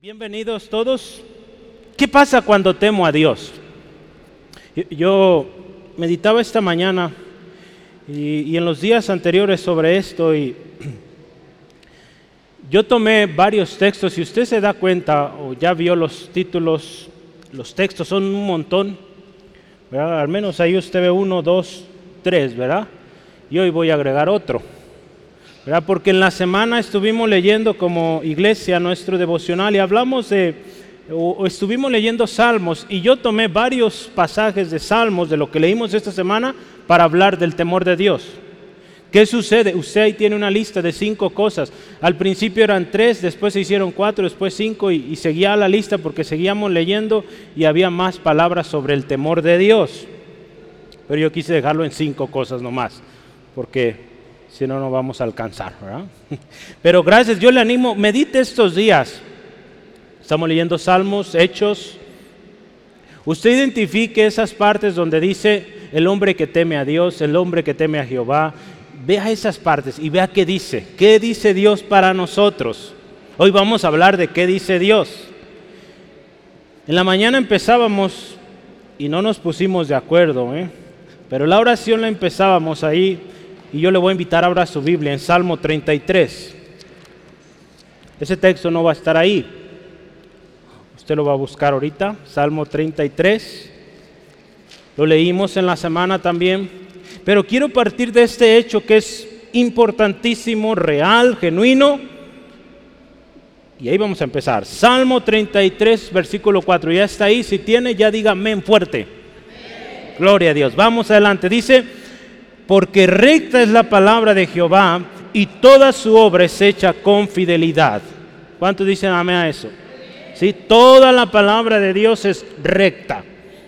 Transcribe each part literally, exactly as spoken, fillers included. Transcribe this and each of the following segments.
Bienvenidos todos. ¿Qué pasa cuando temo a Dios? Yo meditaba esta mañana y, y en los días anteriores sobre esto y yo tomé varios textos y usted se da cuenta o ya vio los títulos, los textos son un montón, ¿verdad? Al menos ahí usted ve uno, dos, tres, ¿verdad? Y hoy voy a agregar otro, ¿verdad? Porque en la semana estuvimos leyendo como iglesia nuestro devocional y hablamos de, o, o estuvimos leyendo salmos y yo tomé varios pasajes de salmos de lo que leímos esta semana para hablar del temor de Dios. ¿Qué sucede? Usted ahí tiene una lista de cinco cosas. Al principio eran tres, después se hicieron cuatro, después cinco y, y seguía la lista porque seguíamos leyendo y había más palabras sobre el temor de Dios. Pero yo quise dejarlo en cinco cosas nomás, porque si no, no vamos a alcanzar, ¿verdad? Pero gracias, yo le animo, medite estos días. Estamos leyendo Salmos, Hechos. Usted identifique esas partes donde dice el hombre que teme a Dios, el hombre que teme a Jehová. Vea esas partes y vea qué dice. ¿Qué dice Dios para nosotros? Hoy vamos a hablar de qué dice Dios. En la mañana empezábamos y no nos pusimos de acuerdo, ¿eh? Pero la oración la empezábamos ahí. Y yo le voy a invitar a abrir su Biblia en Salmo treinta y tres. Ese texto no va a estar ahí. Usted lo va a buscar ahorita. Salmo treinta y tres. Lo leímos en la semana también. Pero quiero partir de este hecho que es importantísimo, real, genuino. Y ahí vamos a empezar. Salmo treinta y tres, versículo cuatro. Ya está ahí. Si tiene, ya diga amén fuerte. Amén. Gloria a Dios. Vamos adelante. Dice: porque recta es la palabra de Jehová y toda su obra es hecha con fidelidad. ¿Cuántos dicen amén a eso? Sí, toda la palabra de Dios es recta.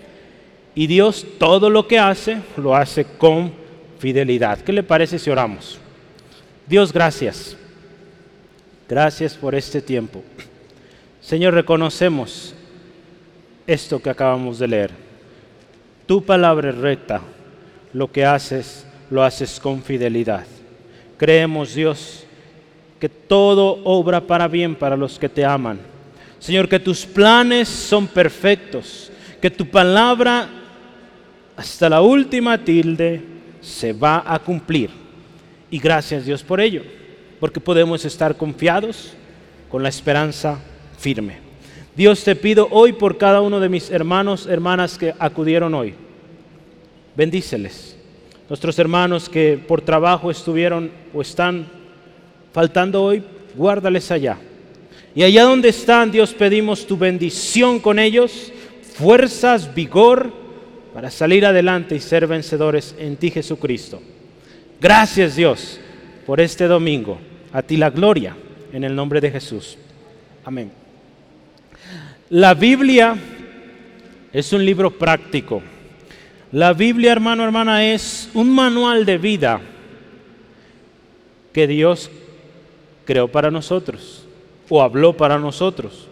Y Dios todo lo que hace, lo hace con fidelidad. ¿Qué le parece si oramos? Dios, gracias. Gracias por este tiempo. Señor, reconocemos esto que acabamos de leer. Tu palabra es recta. Lo que haces, lo haces con fidelidad. Creemos, Dios, que todo obra para bien para los que te aman. Señor, que tus planes son perfectos, que tu palabra hasta la última tilde se va a cumplir. Y gracias, Dios, por ello, porque podemos estar confiados con la esperanza firme. Dios, te pido hoy por cada uno de mis hermanos, hermanas que acudieron hoy. Bendíceles. Nuestros hermanos que por trabajo estuvieron o están faltando hoy, guárdales allá. Y allá donde están, Dios, pedimos tu bendición con ellos, fuerzas, vigor, para salir adelante y ser vencedores en ti, Jesucristo. Gracias, Dios, por este domingo. A ti la gloria, en el nombre de Jesús. Amén. La Biblia es un libro práctico. La Biblia, hermano, hermana, es un manual de vida que Dios creó para nosotros o habló para nosotros.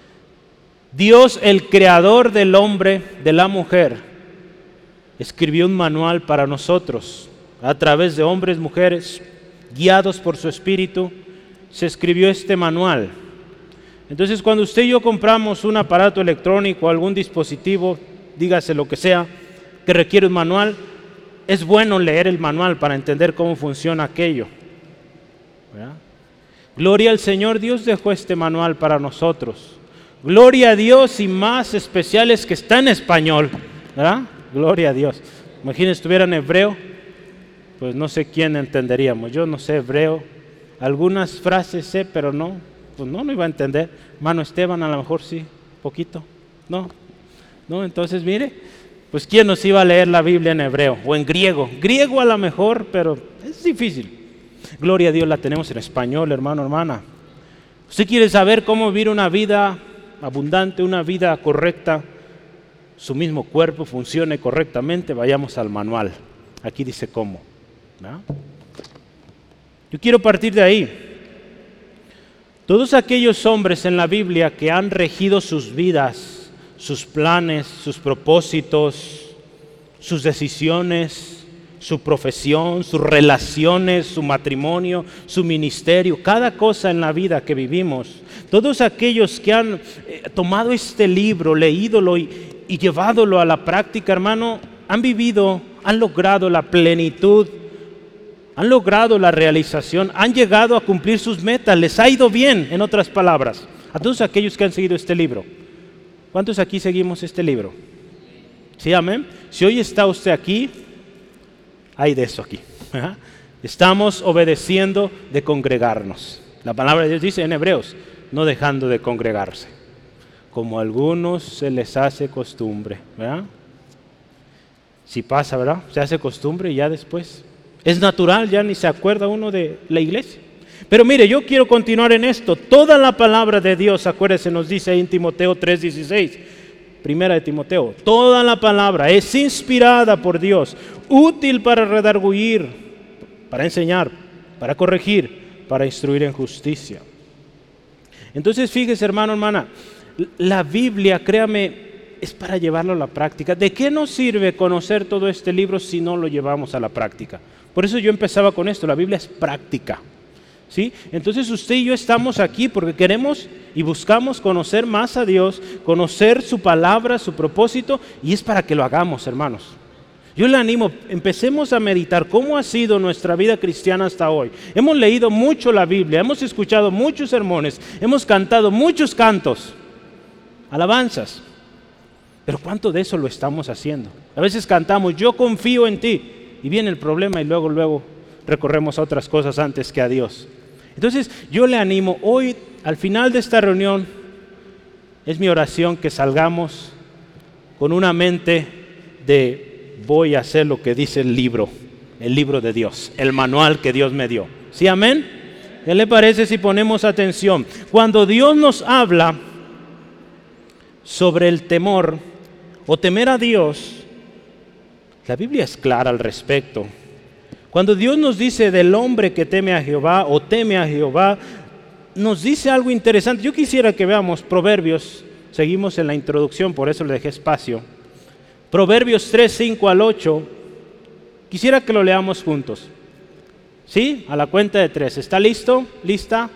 Dios, el creador del hombre, de la mujer, escribió un manual para nosotros. A través de hombres, mujeres, guiados por su espíritu, se escribió este manual. Entonces, cuando usted y yo compramos un aparato electrónico, algún dispositivo, dígase lo que sea, que requiere un manual, es bueno leer el manual para entender cómo funciona aquello, ¿verdad? Gloria al Señor, Dios dejó este manual para nosotros. Gloria a Dios, y más especiales que está en español, ¿verdad? Gloria a Dios. Imagínense, si estuviera en hebreo, pues no sé quién entenderíamos. Yo no sé hebreo, algunas frases sé, pero no, pues no, no iba a entender. Hermano Esteban, a lo mejor sí, poquito, no, no, entonces mire, pues ¿quién nos iba a leer la Biblia en hebreo o en griego? Griego a lo mejor, pero es difícil. Gloria a Dios, la tenemos en español, hermano, hermana. ¿Usted quiere saber cómo vivir una vida abundante, una vida correcta? Su mismo cuerpo funcione correctamente, vayamos al manual. Aquí dice cómo, ¿no? Yo quiero partir de ahí. Todos aquellos hombres en la Biblia que han regido sus vidas, sus planes, sus propósitos, sus decisiones, su profesión, sus relaciones, su matrimonio, su ministerio, cada cosa en la vida que vivimos, Todos aquellos que han eh, tomado este libro, leídolo y, y llevádolo a la práctica, hermano, han vivido, han logrado la plenitud, han logrado la realización, han llegado a cumplir sus metas, les ha ido bien, en otras palabras, a todos aquellos que han seguido este libro. ¿Cuántos aquí seguimos este libro? ¿Sí, amén? Si hoy está usted aquí, hay de eso aquí. ¿Ajá? Estamos obedeciendo de congregarnos. La palabra de Dios dice en Hebreos, no dejando de congregarse, como a algunos se les hace costumbre, ¿verdad? Si pasa, ¿verdad? Se hace costumbre y ya después es natural, ya ni se acuerda uno de la iglesia. Pero mire, yo quiero continuar en esto. Toda la palabra de Dios, acuérdese, nos dice ahí en Timoteo tres dieciséis, primera de Timoteo, toda la palabra es inspirada por Dios, útil para redarguir, para enseñar, para corregir, para instruir en justicia. Entonces fíjese, hermano, hermana, la Biblia, créame, es para llevarlo a la práctica. ¿De qué nos sirve conocer todo este libro si no lo llevamos a la práctica? Por eso yo empezaba con esto, la Biblia es práctica, ¿sí? Entonces usted y yo estamos aquí porque queremos y buscamos conocer más a Dios, conocer su palabra, su propósito, y es para que lo hagamos, hermanos. Yo le animo, empecemos a meditar cómo ha sido nuestra vida cristiana hasta hoy. Hemos leído mucho la Biblia, hemos escuchado muchos sermones, hemos cantado muchos cantos, alabanzas. Pero ¿cuánto de eso lo estamos haciendo? A veces cantamos, yo confío en ti, y viene el problema y luego, luego recorremos a otras cosas antes que a Dios. Entonces yo le animo, hoy al final de esta reunión, es mi oración que salgamos con una mente de voy a hacer lo que dice el libro, el libro de Dios, el manual que Dios me dio. ¿Sí, amén? ¿Qué le parece si ponemos atención? Cuando Dios nos habla sobre el temor o temer a Dios, la Biblia es clara al respecto. Cuando Dios nos dice del hombre que teme a Jehová o teme a Jehová, nos dice algo interesante. Yo quisiera que veamos Proverbios, seguimos en la introducción, por eso le dejé espacio. Proverbios tres, cinco al ocho, quisiera que lo leamos juntos. ¿Sí? A la cuenta de tres. ¿Está listo? ¿Lista?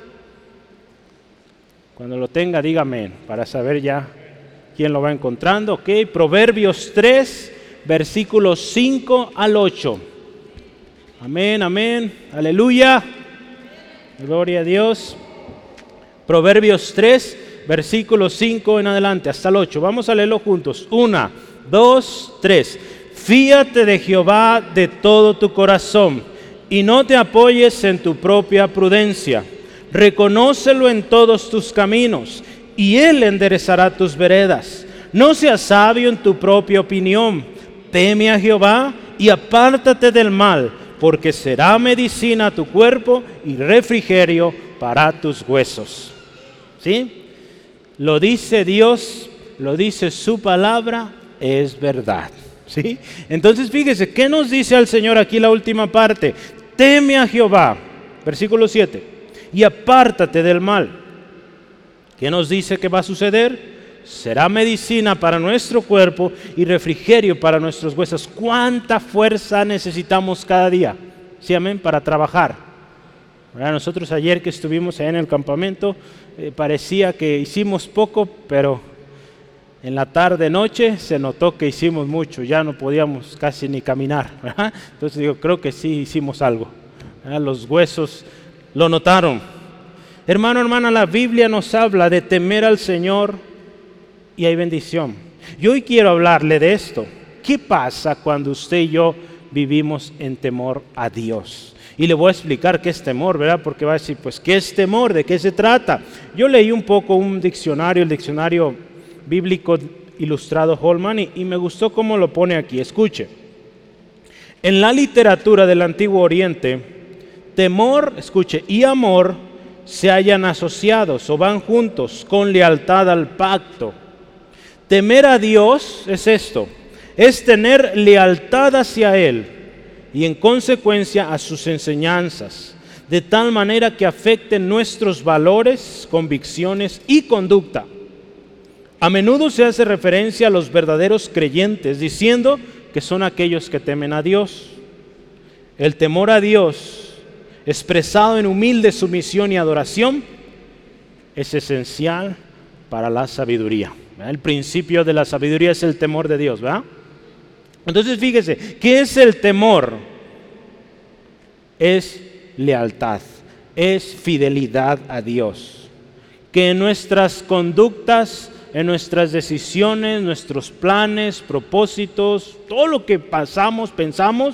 Cuando lo tenga, dígame, para saber ya quién lo va encontrando. Ok, Proverbios tres, versículos cinco al ocho. Amén, amén, aleluya, gloria a Dios. Proverbios tres, versículos cinco en adelante, hasta el ocho. Vamos a leerlo juntos. Una, dos, tres. Fíate de Jehová de todo tu corazón y no te apoyes en tu propia prudencia. Reconócelo en todos tus caminos y Él enderezará tus veredas. No seas sabio en tu propia opinión. Teme a Jehová y apártate del mal, porque será medicina a tu cuerpo y refrigerio para tus huesos. ¿Sí? Lo dice Dios, lo dice su palabra, es verdad. ¿Sí? Entonces fíjese, ¿qué nos dice el Señor aquí la última parte? Teme a Jehová, versículo siete, y apártate del mal. ¿Qué nos dice que va a suceder? Será medicina para nuestro cuerpo y refrigerio para nuestros huesos. ¿Cuánta fuerza necesitamos cada día? ¿Sí, amén? Para trabajar. ¿Verdad? Nosotros ayer que estuvimos allá en el campamento, eh, parecía que hicimos poco, pero en la tarde, noche, se notó que hicimos mucho. Ya no podíamos casi ni caminar, ¿verdad? Entonces digo, creo que sí hicimos algo, ¿verdad? Los huesos lo notaron. Hermano, hermana, la Biblia nos habla de temer al Señor y hay bendición. Yo hoy quiero hablarle de esto. ¿Qué pasa cuando usted y yo vivimos en temor a Dios? Y le voy a explicar qué es temor, ¿verdad? Porque va a decir, pues, ¿qué es temor? ¿De qué se trata? Yo leí un poco un diccionario, el diccionario bíblico ilustrado Holman, y, y me gustó cómo lo pone aquí. Escuche. En la literatura del Antiguo Oriente, temor, escuche, y amor se hallan asociados o van juntos con lealtad al pacto. Temer a Dios es esto, es tener lealtad hacia Él y en consecuencia a sus enseñanzas, de tal manera que afecten nuestros valores, convicciones y conducta. A menudo se hace referencia a los verdaderos creyentes, diciendo que son aquellos que temen a Dios. El temor a Dios, expresado en humilde sumisión y adoración, es esencial para la sabiduría. ¿Verdad? El principio de la sabiduría es el temor de Dios, ¿verdad? Entonces fíjese, ¿qué es el temor? Es lealtad, es fidelidad a Dios. Que en nuestras conductas, en nuestras decisiones, nuestros planes, propósitos, todo lo que pasamos, pensamos,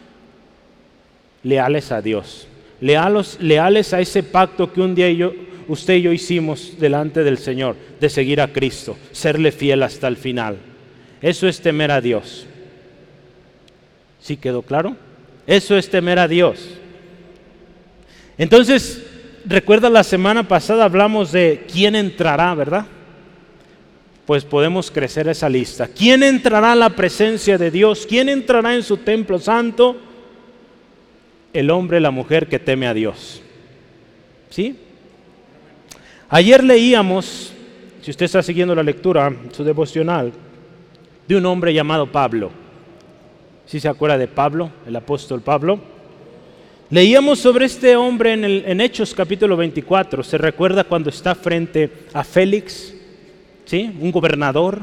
leales a Dios, leales, leales a ese pacto que un día yo, usted y yo hicimos delante del Señor, de seguir a Cristo, serle fiel hasta el final. Eso es temer a Dios. ¿Sí quedó claro? Eso es temer a Dios. Entonces, recuerda la semana pasada hablamos de quién entrará, ¿verdad? Pues podemos crecer esa lista. ¿Quién entrará a la presencia de Dios? ¿Quién entrará en su templo santo? El hombre, la mujer que teme a Dios. ¿Sí? Ayer leíamos, si usted está siguiendo la lectura, su devocional, de un hombre llamado Pablo. ¿Sí se acuerda de Pablo, el apóstol Pablo? Leíamos sobre este hombre en, el, en Hechos capítulo veinticuatro. ¿Se recuerda cuando está frente a Félix? ¿Sí? Un gobernador.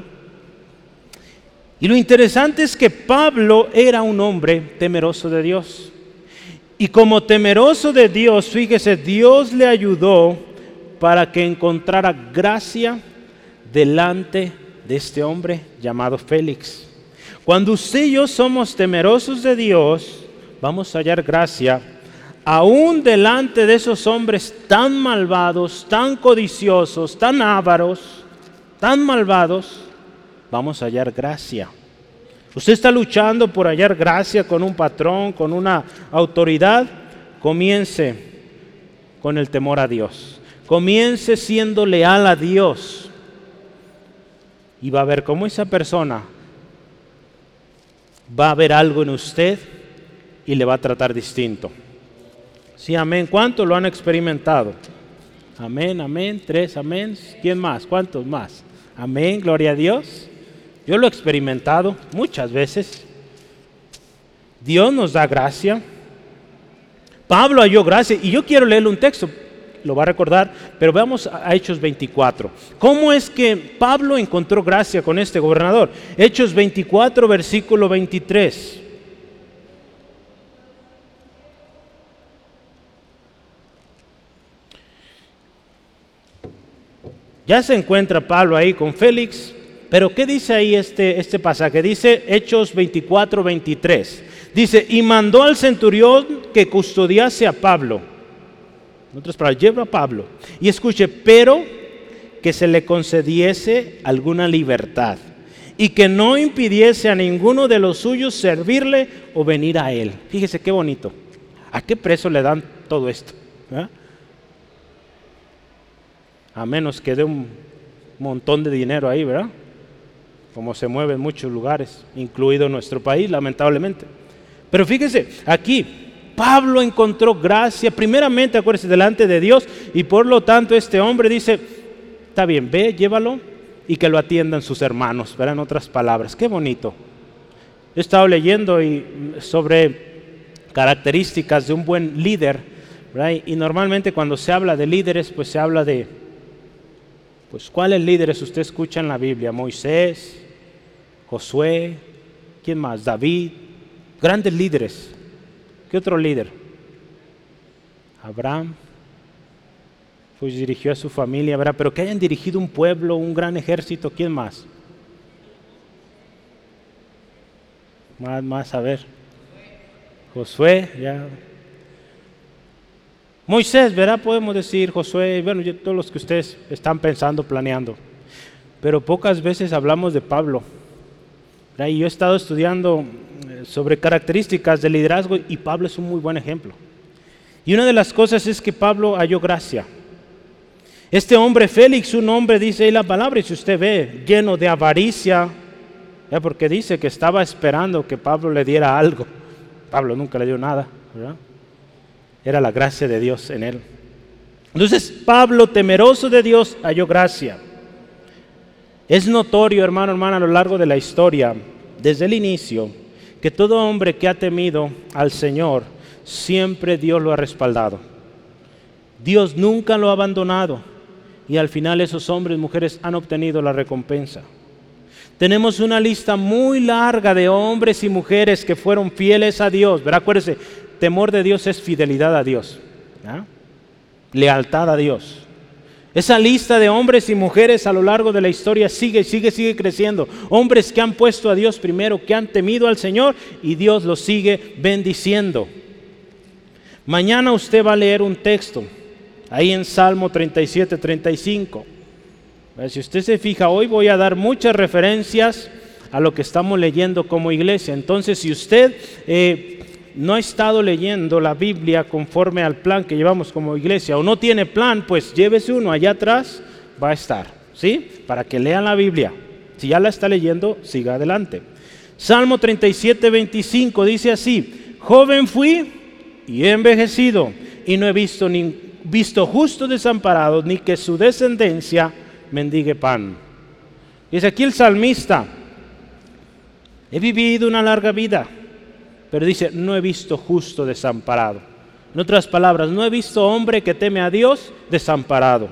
Y lo interesante es que Pablo era un hombre temeroso de Dios. Y como temeroso de Dios, fíjese, Dios le ayudó para que encontrara gracia delante de este hombre llamado Félix. Cuando usted y yo somos temerosos de Dios, vamos a hallar gracia aún delante de esos hombres tan malvados, tan codiciosos, tan ávaros, tan malvados, vamos a hallar gracia. Usted está luchando por hallar gracia con un patrón, con una autoridad, comience con el temor a Dios. Comience siendo leal a Dios. Y va a ver cómo esa persona va a ver algo en usted y le va a tratar distinto. Sí, amén. ¿Cuántos lo han experimentado? Amén, amén. Tres, amén. ¿Quién más? ¿Cuántos más? Amén, gloria a Dios. Yo lo he experimentado muchas veces. Dios nos da gracia. Pablo halló gracia. Y yo quiero leerle un texto, lo va a recordar, pero veamos a Hechos veinticuatro. ¿Cómo es que Pablo encontró gracia con este gobernador? Hechos veinticuatro, versículo veintitrés. Ya se encuentra Pablo ahí con Félix, pero ¿qué dice ahí este, este pasaje? Dice Hechos veinticuatro, veintitrés. Dice, y mandó al centurión que custodiase a Pablo. En otras palabras, lleva a Pablo. Y escuche, pero que se le concediese alguna libertad y que no impidiese a ninguno de los suyos servirle o venir a él. Fíjese qué bonito. ¿A qué precio le dan todo esto? ¿Eh? A menos que dé un montón de dinero ahí, ¿verdad? Como se mueve en muchos lugares, incluido nuestro país, lamentablemente. Pero fíjese, aquí Pablo encontró gracia, primeramente, acuérdese, delante de Dios, y por lo tanto este hombre dice, está bien, ve, llévalo, y que lo atiendan sus hermanos, ¿verdad? En otras palabras, qué bonito. He estado leyendo y, sobre características de un buen líder, ¿verdad? Y normalmente cuando se habla de líderes, pues se habla de, pues, ¿cuáles líderes usted escucha en la Biblia? Moisés, Josué, ¿quién más? David, grandes líderes. ¿Qué otro líder? Abraham, pues dirigió a su familia, ¿verdad? Pero que hayan dirigido un pueblo, un gran ejército, ¿quién más? Más, más, a ver. Josué, ya. Moisés, ¿verdad? Podemos decir Josué, bueno, todos los que ustedes están pensando, planeando. Pero pocas veces hablamos de Pablo. ¿Verdad? Y yo he estado estudiando sobre características del liderazgo y Pablo es un muy buen ejemplo. Y una de las cosas es que Pablo halló gracia. Este hombre Félix, un hombre, dice ahí la palabra, y si usted ve, lleno de avaricia, ¿verdad? Porque dice que estaba esperando que Pablo le diera algo. Pablo nunca le dio nada, ¿verdad? Era la gracia de Dios en él. Entonces Pablo, temeroso de Dios, halló gracia. Es notorio, hermano, hermana, a lo largo de la historia, desde el inicio, que todo hombre que ha temido al Señor, siempre Dios lo ha respaldado. Dios nunca lo ha abandonado. y al final esos hombres y mujeres han obtenido la recompensa. Tenemos una lista muy larga de hombres y mujeres que fueron fieles a Dios, ¿verdad? Acuérdense, temor de Dios es fidelidad a Dios, ¿verdad? Lealtad a Dios. Esa lista de hombres y mujeres a lo largo de la historia sigue, sigue, sigue creciendo. Hombres que han puesto a Dios primero, que han temido al Señor y Dios los sigue bendiciendo. Mañana usted va a leer un texto, ahí en Salmo treinta y siete, treinta y cinco. Si usted se fija, hoy voy a dar muchas referencias a lo que estamos leyendo como iglesia. Entonces, si usted eh, no ha estado leyendo la Biblia conforme al plan que llevamos como iglesia, o no tiene plan, pues llévese uno, allá atrás va a estar, ¿sí? Para que lean la Biblia. Si ya la está leyendo, siga adelante. Salmo treinta y siete, veinticinco dice así: joven fui y he envejecido, y no he visto, ni, visto justo desamparado, ni que su descendencia mendigue pan. Dice aquí el salmista: he vivido una larga vida, pero dice, no he visto justo desamparado. En otras palabras, no he visto hombre que teme a Dios desamparado.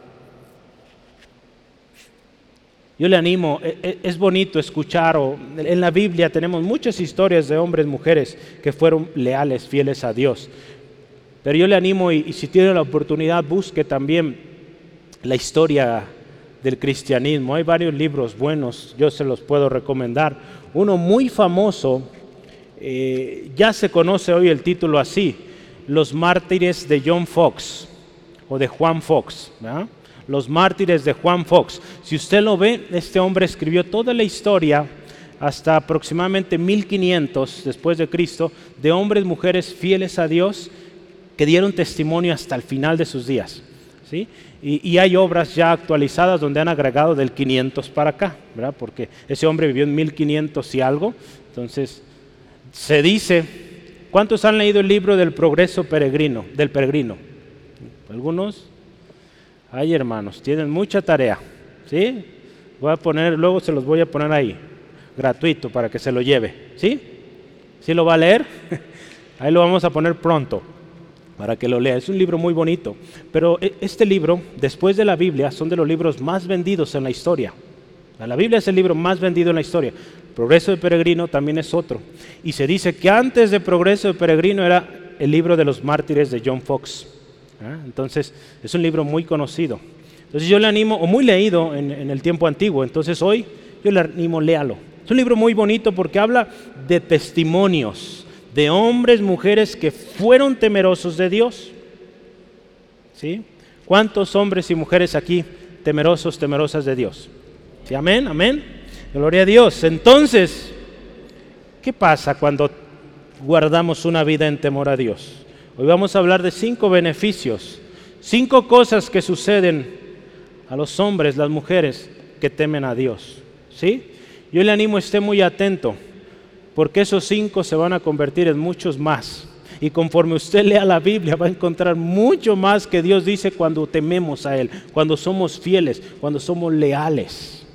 Yo le animo, es bonito escuchar, o en la Biblia tenemos muchas historias de hombres y mujeres que fueron leales, fieles a Dios. Pero yo le animo, y, y si tiene la oportunidad, busque también la historia del cristianismo. Hay varios libros buenos, yo se los puedo recomendar. Uno muy famoso, eh, ya se conoce hoy el título así: Los mártires de John Fox, o de Juan Fox, ¿verdad? Los mártires de Juan Fox. Si usted lo ve, este hombre escribió toda la historia hasta aproximadamente mil quinientos después de Cristo, de hombres y mujeres fieles a Dios que dieron testimonio hasta el final de sus días, ¿sí? Y, y hay obras ya actualizadas donde han agregado del quinientos para acá, ¿verdad? Porque ese hombre vivió en mil quinientos y algo. Entonces, se dice, ¿cuántos han leído el libro del progreso peregrino, del peregrino? ¿Algunos? Ay, hermanos, tienen mucha tarea, ¿sí? Voy a poner, luego se los voy a poner ahí, gratuito, para que se lo lleve, ¿sí? ¿Sí lo va a leer? Ahí lo vamos a poner pronto, para que lo lea. Es un libro muy bonito, pero este libro, después de la Biblia, son de los libros más vendidos en la historia. La Biblia es el libro más vendido en la historia. Progreso de Peregrino también es otro. Y se dice que antes de Progreso de Peregrino era el libro de los mártires de John Fox. ¿Ah? Entonces, es un libro muy conocido. Entonces yo le animo, o muy leído en, en el tiempo antiguo. Entonces hoy yo le animo, léalo. Es un libro muy bonito porque habla de testimonios de hombres, mujeres que fueron temerosos de Dios. ¿Sí? ¿Cuántos hombres y mujeres aquí temerosos, temerosas de Dios? ¿Sí? Amén, amén. Gloria a Dios. Entonces, ¿qué pasa cuando guardamos una vida en temor a Dios? Hoy vamos a hablar de cinco beneficios, cinco cosas que suceden a los hombres, las mujeres que temen a Dios. ¿Sí? Yo le animo, esté muy atento, porque esos cinco se van a convertir en muchos más. Y conforme usted lea la Biblia, va a encontrar mucho más que Dios dice cuando tememos a Él, cuando somos fieles, cuando somos leales.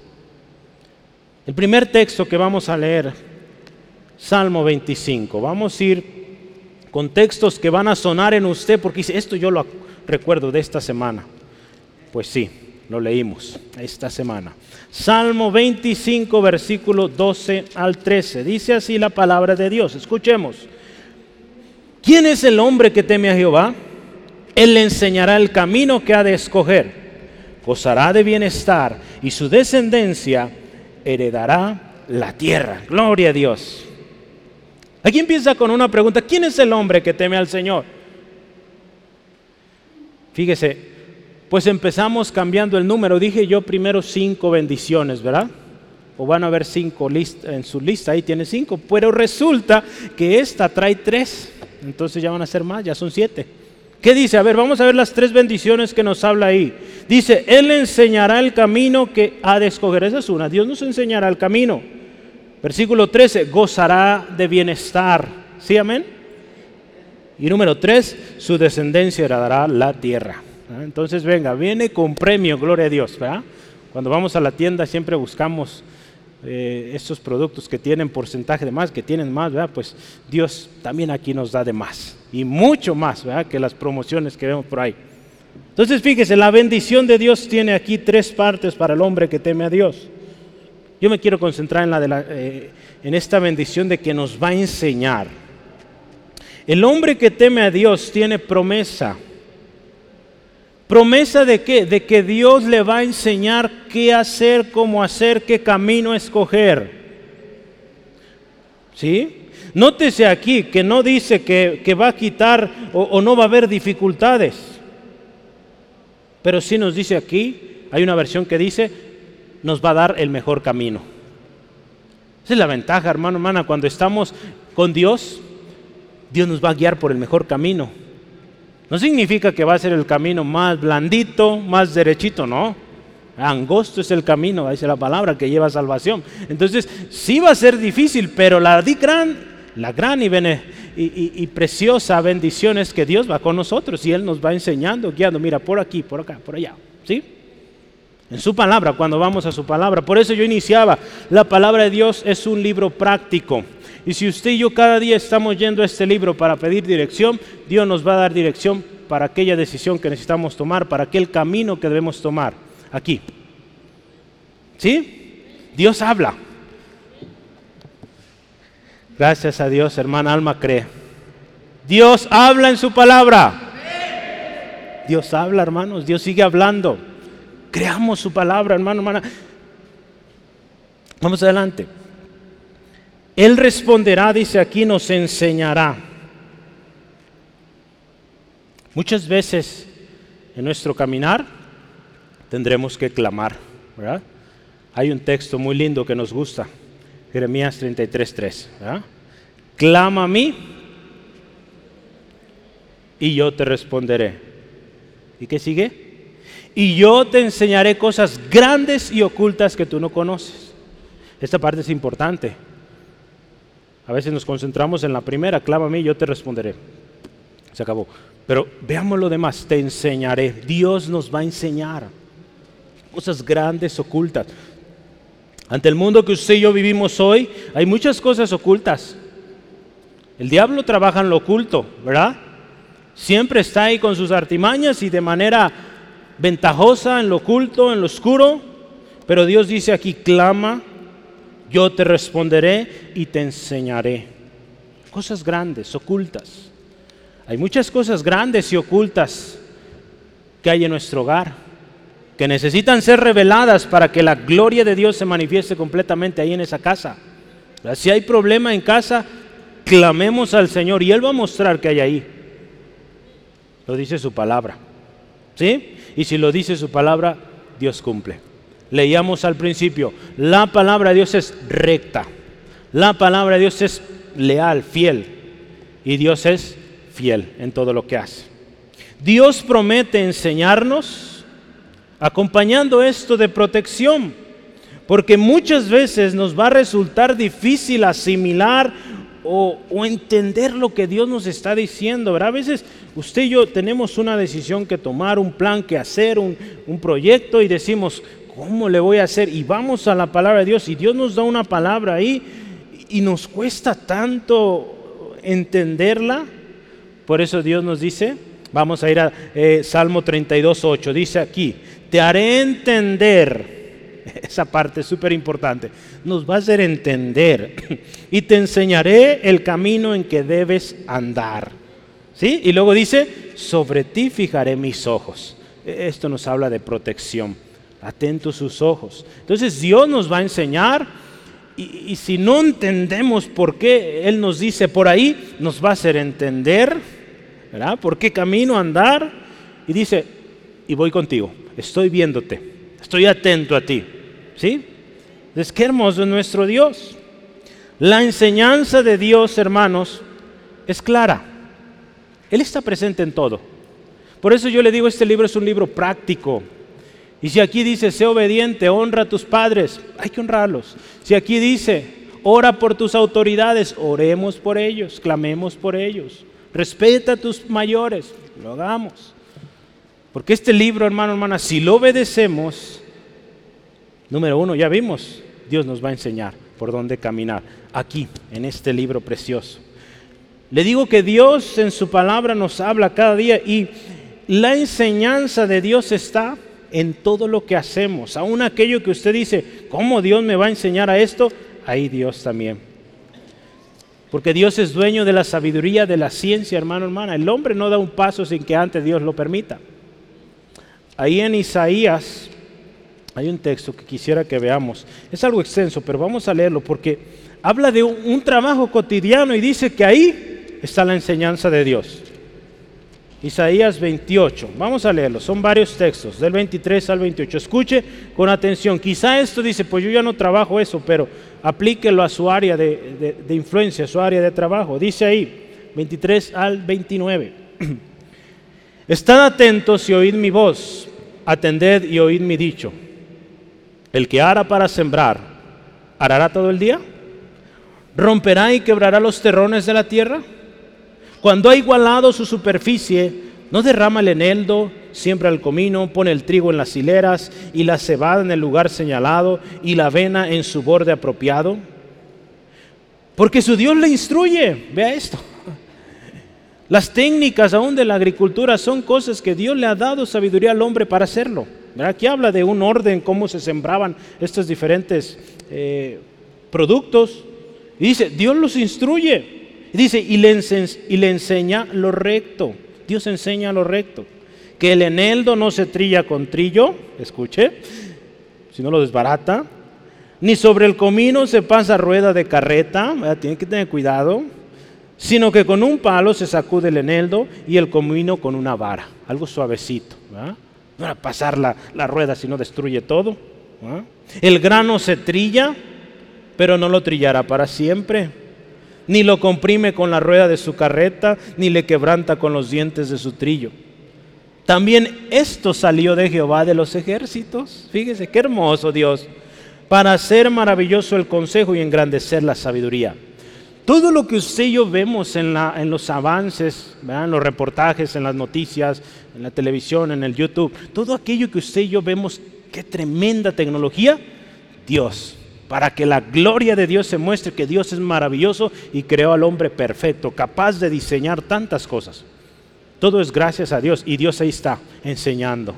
El primer texto que vamos a leer, Salmo veinticinco. Vamos a ir con textos que van a sonar en usted, porque dice, esto yo lo recuerdo de esta semana. Pues sí, lo leímos esta semana. Salmo veinticinco, versículo doce al trece. Dice así la palabra de Dios. Escuchemos. ¿Quién es el hombre que teme a Jehová? Él le enseñará el camino que ha de escoger. Gozará de bienestar y su descendencia heredará la tierra. Gloria a Dios. Aquí empieza con una pregunta. ¿Quién es el hombre que teme al Señor? Fíjese, pues empezamos cambiando el número. Dije yo primero cinco bendiciones, ¿verdad? O van a haber cinco en su lista, ahí tiene cinco. Pero resulta que esta trae tres. Entonces ya van a ser más, ya son siete. ¿Qué dice? A ver, vamos a ver las tres bendiciones que nos habla ahí. Dice, Él enseñará el camino que ha de escoger. Esa es una, Dios nos enseñará el camino. Versículo trece, gozará de bienestar. ¿Sí, amén? Y número tres, su descendencia heredará la tierra. Entonces venga, viene con premio, gloria a Dios, ¿verdad? Cuando vamos a la tienda siempre buscamos eh, estos productos que tienen porcentaje de más, que tienen más, ¿verdad? Pues Dios también aquí nos da de más. Y mucho más, ¿verdad? Que las promociones que vemos por ahí. Entonces fíjese, la bendición de Dios tiene aquí tres partes para el hombre que teme a Dios. Yo me quiero concentrar en, la de la, eh, en esta bendición de que nos va a enseñar. El hombre que teme a Dios tiene promesa. ¿Promesa de qué? De que Dios le va a enseñar qué hacer, cómo hacer, qué camino escoger. ¿Sí? Nótese aquí que no dice que, que va a quitar o, o no va a haber dificultades. Pero sí nos dice aquí, hay una versión que dice, nos va a dar el mejor camino. Esa es la ventaja, hermano, hermana, cuando estamos con Dios, Dios nos va a guiar por el mejor camino. No significa que va a ser el camino más blandito, más derechito, no. Angosto es el camino, dice la palabra, que lleva salvación. Entonces, sí va a ser difícil, pero la gran, la gran y, bene, y, y, y preciosa bendición es que Dios va con nosotros y Él nos va enseñando, guiando, mira, por aquí, por acá, por allá, ¿sí? En su palabra, cuando vamos a su palabra. Por eso yo iniciaba, la palabra de Dios es un libro práctico. Y si usted y yo cada día estamos yendo a este libro para pedir dirección, Dios nos va a dar dirección para aquella decisión que necesitamos tomar, para aquel camino que debemos tomar. Aquí. ¿Sí? Dios habla. Gracias a Dios, hermana Alma cree. Dios habla en su palabra. Dios habla, hermanos. Dios sigue hablando. Creamos su palabra, hermano, hermana. Vamos adelante. Él responderá, dice aquí, nos enseñará. Muchas veces en nuestro caminar tendremos que clamar, ¿verdad? Hay un texto muy lindo que nos gusta, Jeremías treinta y tres, tres, ¿verdad? Clama a mí y yo te responderé. ¿Y qué sigue? Y yo te enseñaré cosas grandes y ocultas que tú no conoces. Esta parte es importante. A veces nos concentramos en la primera, clama a mí, yo te responderé. Se acabó. Pero veamos lo demás, te enseñaré. Dios nos va a enseñar cosas grandes, ocultas. Ante el mundo que usted y yo vivimos hoy, hay muchas cosas ocultas. El diablo trabaja en lo oculto, ¿verdad? Siempre está ahí con sus artimañas y de manera ventajosa en lo oculto, en lo oscuro. Pero Dios dice aquí, clama, yo te responderé y te enseñaré. Cosas grandes, ocultas. Hay muchas cosas grandes y ocultas que hay en nuestro hogar, que necesitan ser reveladas para que la gloria de Dios se manifieste completamente ahí en esa casa. Si hay problema en casa, clamemos al Señor y Él va a mostrar que hay ahí. Lo dice su palabra, ¿sí? Y si lo dice su palabra, Dios cumple. Leíamos al principio, la palabra de Dios es recta, la palabra de Dios es leal, fiel, y Dios es fiel en todo lo que hace. Dios promete enseñarnos, acompañando esto de protección, porque muchas veces nos va a resultar difícil asimilar o, o entender lo que Dios nos está diciendo, ¿verdad? A veces usted y yo tenemos una decisión que tomar, un plan que hacer, un, un proyecto, y decimos, ¿cómo le voy a hacer? Y vamos a la palabra de Dios y Dios nos da una palabra ahí y nos cuesta tanto entenderla. Por eso Dios nos dice, vamos a ir a eh, Salmo treinta y dos, ocho, dice aquí, te haré entender, esa parte es súper importante, nos va a hacer entender y te enseñaré el camino en que debes andar. ¿Sí? Y luego dice, sobre ti fijaré mis ojos. Esto nos habla de protección. Atentos sus ojos. Entonces Dios nos va a enseñar y, y si no entendemos por qué Él nos dice por ahí, nos va a hacer entender, ¿verdad? Por qué camino andar. Y dice, y voy contigo, estoy viéndote, estoy atento a ti. ¿Sí? Entonces qué hermoso es nuestro Dios. La enseñanza de Dios, hermanos, es clara. Él está presente en todo. Por eso yo le digo, este libro es un libro práctico. Y si aquí dice, sé obediente, honra a tus padres, hay que honrarlos. Si aquí dice, ora por tus autoridades, oremos por ellos, clamemos por ellos. Respeta a tus mayores, lo hagamos. Porque este libro, hermano, hermana, si lo obedecemos, número uno, ya vimos, Dios nos va a enseñar por dónde caminar. Aquí, en este libro precioso. Le digo que Dios en su palabra nos habla cada día y la enseñanza de Dios está en todo lo que hacemos. Aún aquello que usted dice, ¿cómo Dios me va a enseñar a esto? Ahí Dios también. Porque Dios es dueño de la sabiduría, de la ciencia, hermano, hermana. El hombre no da un paso sin que antes Dios lo permita. Ahí en Isaías hay un texto que quisiera que veamos. Es algo extenso, pero vamos a leerlo porque habla de un, un trabajo cotidiano y dice que ahí está la enseñanza de Dios. Isaías veintiocho, vamos a leerlo, son varios textos, del veintitrés al veintiocho. Escuche con atención, quizá esto dice, pues yo ya no trabajo eso, pero aplíquelo a su área de, de, de influencia, a su área de trabajo. Dice ahí, veintitrés al veintinueve. Estad atentos y oíd mi voz, atended y oíd mi dicho. El que ara para sembrar, ¿arará todo el día? ¿Romperá y quebrará los terrones de la tierra? Cuando ha igualado su superficie, ¿no derrama el eneldo, siembra el comino, pone el trigo en las hileras y la cebada en el lugar señalado y la avena en su borde apropiado? Porque su Dios le instruye. Vea esto. Las técnicas aún de la agricultura son cosas que Dios le ha dado sabiduría al hombre para hacerlo. Aquí habla de un orden, cómo se sembraban estos diferentes eh, productos. Y dice, Dios los instruye. Y dice, y le, ense- y le enseña lo recto. Dios enseña lo recto. Que el eneldo no se trilla con trillo, escuche, si no lo desbarata. Ni sobre el comino se pasa rueda de carreta, ¿verdad? Tiene que tener cuidado. Sino que con un palo se sacude el eneldo y el comino con una vara. Algo suavecito, ¿verdad? No va a pasar la, la rueda si no destruye todo, ¿verdad? El grano se trilla, pero no lo trillará para siempre. Ni lo comprime con la rueda de su carreta, ni le quebranta con los dientes de su trillo. También esto salió de Jehová de los ejércitos. Fíjese, qué hermoso Dios, para hacer maravilloso el consejo y engrandecer la sabiduría. Todo lo que usted y yo vemos en, la, en los avances, ¿verdad? En los reportajes, en las noticias, en la televisión, en el YouTube, todo aquello que usted y yo vemos, qué tremenda tecnología, Dios. Para que la gloria de Dios se muestre que Dios es maravilloso y creó al hombre perfecto, capaz de diseñar tantas cosas. Todo es gracias a Dios y Dios ahí está enseñando.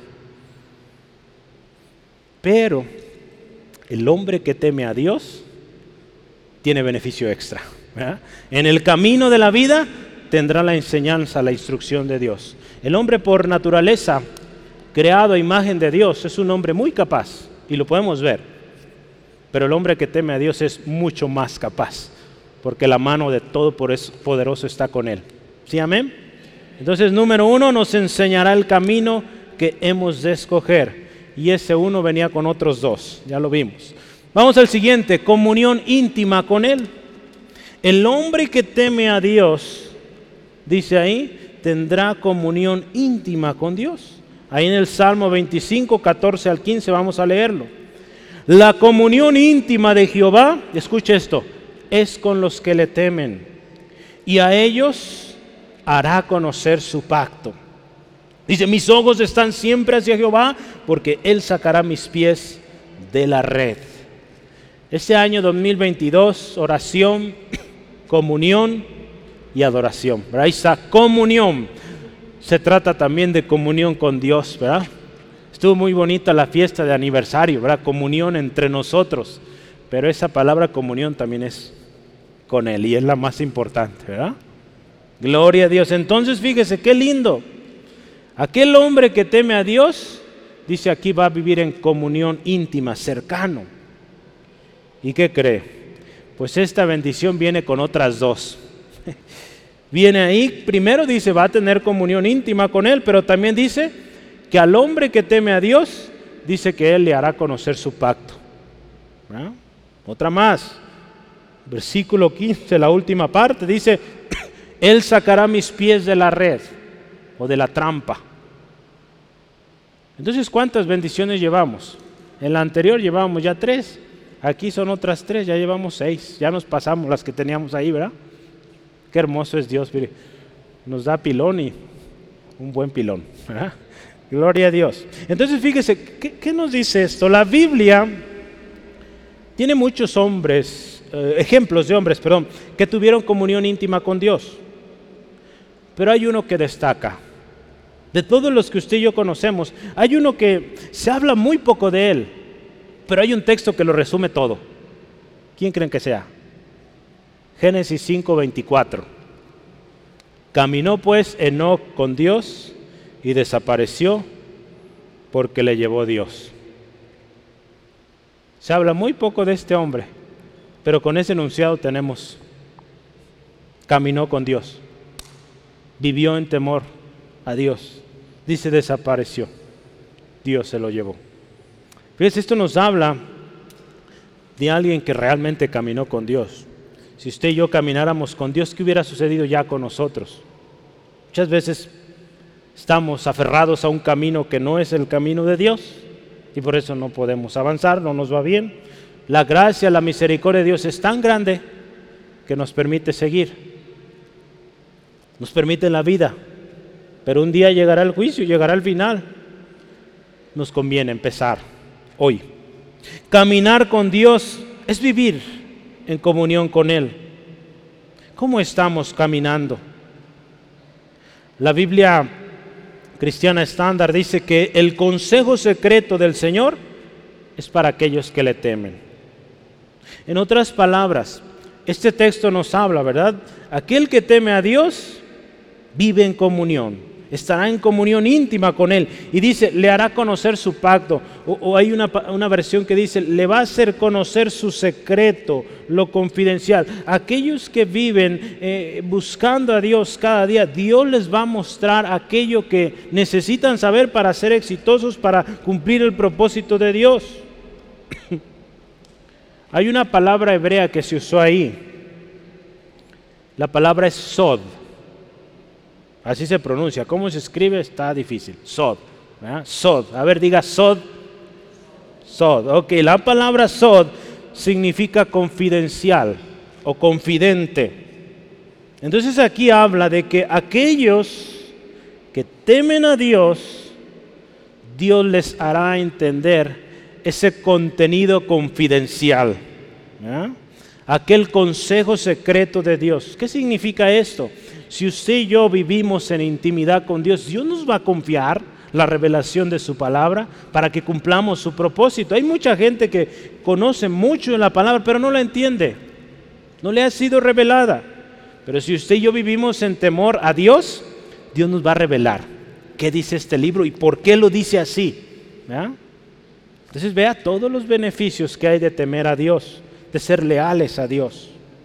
Pero el hombre que teme a Dios tiene beneficio extra, ¿verdad? En el camino de la vida tendrá la enseñanza, la instrucción de Dios. El hombre por naturaleza, creado a imagen de Dios, es un hombre muy capaz y lo podemos ver. Pero el hombre que teme a Dios es mucho más capaz, porque la mano de Todopoderoso está con él. ¿Sí, amén? Entonces, número uno, nos enseñará el camino que hemos de escoger. Y ese uno venía con otros dos, ya lo vimos. Vamos al siguiente, comunión íntima con él. El hombre que teme a Dios, dice ahí, tendrá comunión íntima con Dios. Ahí en el Salmo veinticinco, catorce al quince, vamos a leerlo. La comunión íntima de Jehová, escuche esto, es con los que le temen, y a ellos hará conocer su pacto. Dice, mis ojos están siempre hacia Jehová, porque Él sacará mis pies de la red. Este año dos mil veintidós, oración, comunión y adoración. ¿Verdad? Ahí está, comunión. Se trata también de comunión con Dios, ¿verdad? Estuvo muy bonita la fiesta de aniversario, ¿verdad? Comunión entre nosotros. Pero esa palabra comunión también es con Él y es la más importante, ¿verdad? Gloria a Dios. Entonces, fíjese, qué lindo. Aquel hombre que teme a Dios, dice aquí, va a vivir en comunión íntima, cercano. ¿Y qué cree? Pues esta bendición viene con otras dos. Viene ahí, primero dice, va a tener comunión íntima con Él, pero también dice que al hombre que teme a Dios, dice que Él le hará conocer su pacto. ¿Verdad? Otra más, versículo quince, la última parte, dice, Él sacará mis pies de la red o de la trampa. Entonces, ¿cuántas bendiciones llevamos? En la anterior llevábamos ya tres, aquí son otras tres, ya llevamos seis, ya nos pasamos las que teníamos ahí, ¿verdad? Qué hermoso es Dios, mire, nos da pilón y un buen pilón, ¿verdad? Gloria a Dios. Entonces, fíjese, ¿qué, qué nos dice esto? La Biblia tiene muchos hombres, eh, ejemplos de hombres, perdón, que tuvieron comunión íntima con Dios. Pero hay uno que destaca. De todos los que usted y yo conocemos, hay uno que se habla muy poco de él, pero hay un texto que lo resume todo. ¿Quién creen que sea? Génesis cinco veinticuatro. Caminó pues Enoc con Dios y desapareció porque le llevó Dios. Se habla muy poco de este hombre, pero con ese enunciado tenemos: caminó con Dios, vivió en temor a Dios. Dice desapareció, Dios se lo llevó. Fíjense, esto nos habla de alguien que realmente caminó con Dios. Si usted y yo camináramos con Dios, ¿qué hubiera sucedido ya con nosotros? Muchas veces estamos aferrados a un camino que no es el camino de Dios y por eso no podemos avanzar, no nos va bien. La gracia, la misericordia de Dios es tan grande que nos permite seguir, nos permite en la vida, pero un día llegará el juicio, llegará el final. Nos conviene empezar hoy. Caminar con Dios es vivir en comunión con Él. ¿Cómo estamos caminando? La Biblia Cristiana Estándar dice que el consejo secreto del Señor es para aquellos que le temen. En otras palabras, este texto nos habla, ¿verdad? Aquel que teme a Dios vive en comunión, estará en comunión íntima con Él. Y dice, le hará conocer su pacto. O, o hay una, una versión que dice, le va a hacer conocer su secreto, lo confidencial. Aquellos que viven eh, buscando a Dios cada día, Dios les va a mostrar aquello que necesitan saber para ser exitosos, para cumplir el propósito de Dios. Hay una palabra hebrea que se usó ahí. La palabra es sod. Así se pronuncia. ¿Cómo se escribe? Está difícil. Sod. ¿verdad? Sod. A ver, diga sod. Sod. Ok, la palabra sod significa confidencial o confidente. Entonces aquí habla de que aquellos que temen a Dios, Dios les hará entender ese contenido confidencial. ¿verdad? Aquel consejo secreto de Dios. ¿Qué significa esto? Si usted y yo vivimos en intimidad con Dios, Dios nos va a confiar la revelación de su palabra para que cumplamos su propósito. Hay mucha gente que conoce mucho en la palabra, pero no la entiende. No le ha sido revelada. Pero si usted y yo vivimos en temor a Dios, Dios nos va a revelar qué dice este libro y por qué lo dice así. ¿verdad? Entonces vea todos los beneficios que hay de temer a Dios, de ser leales a Dios.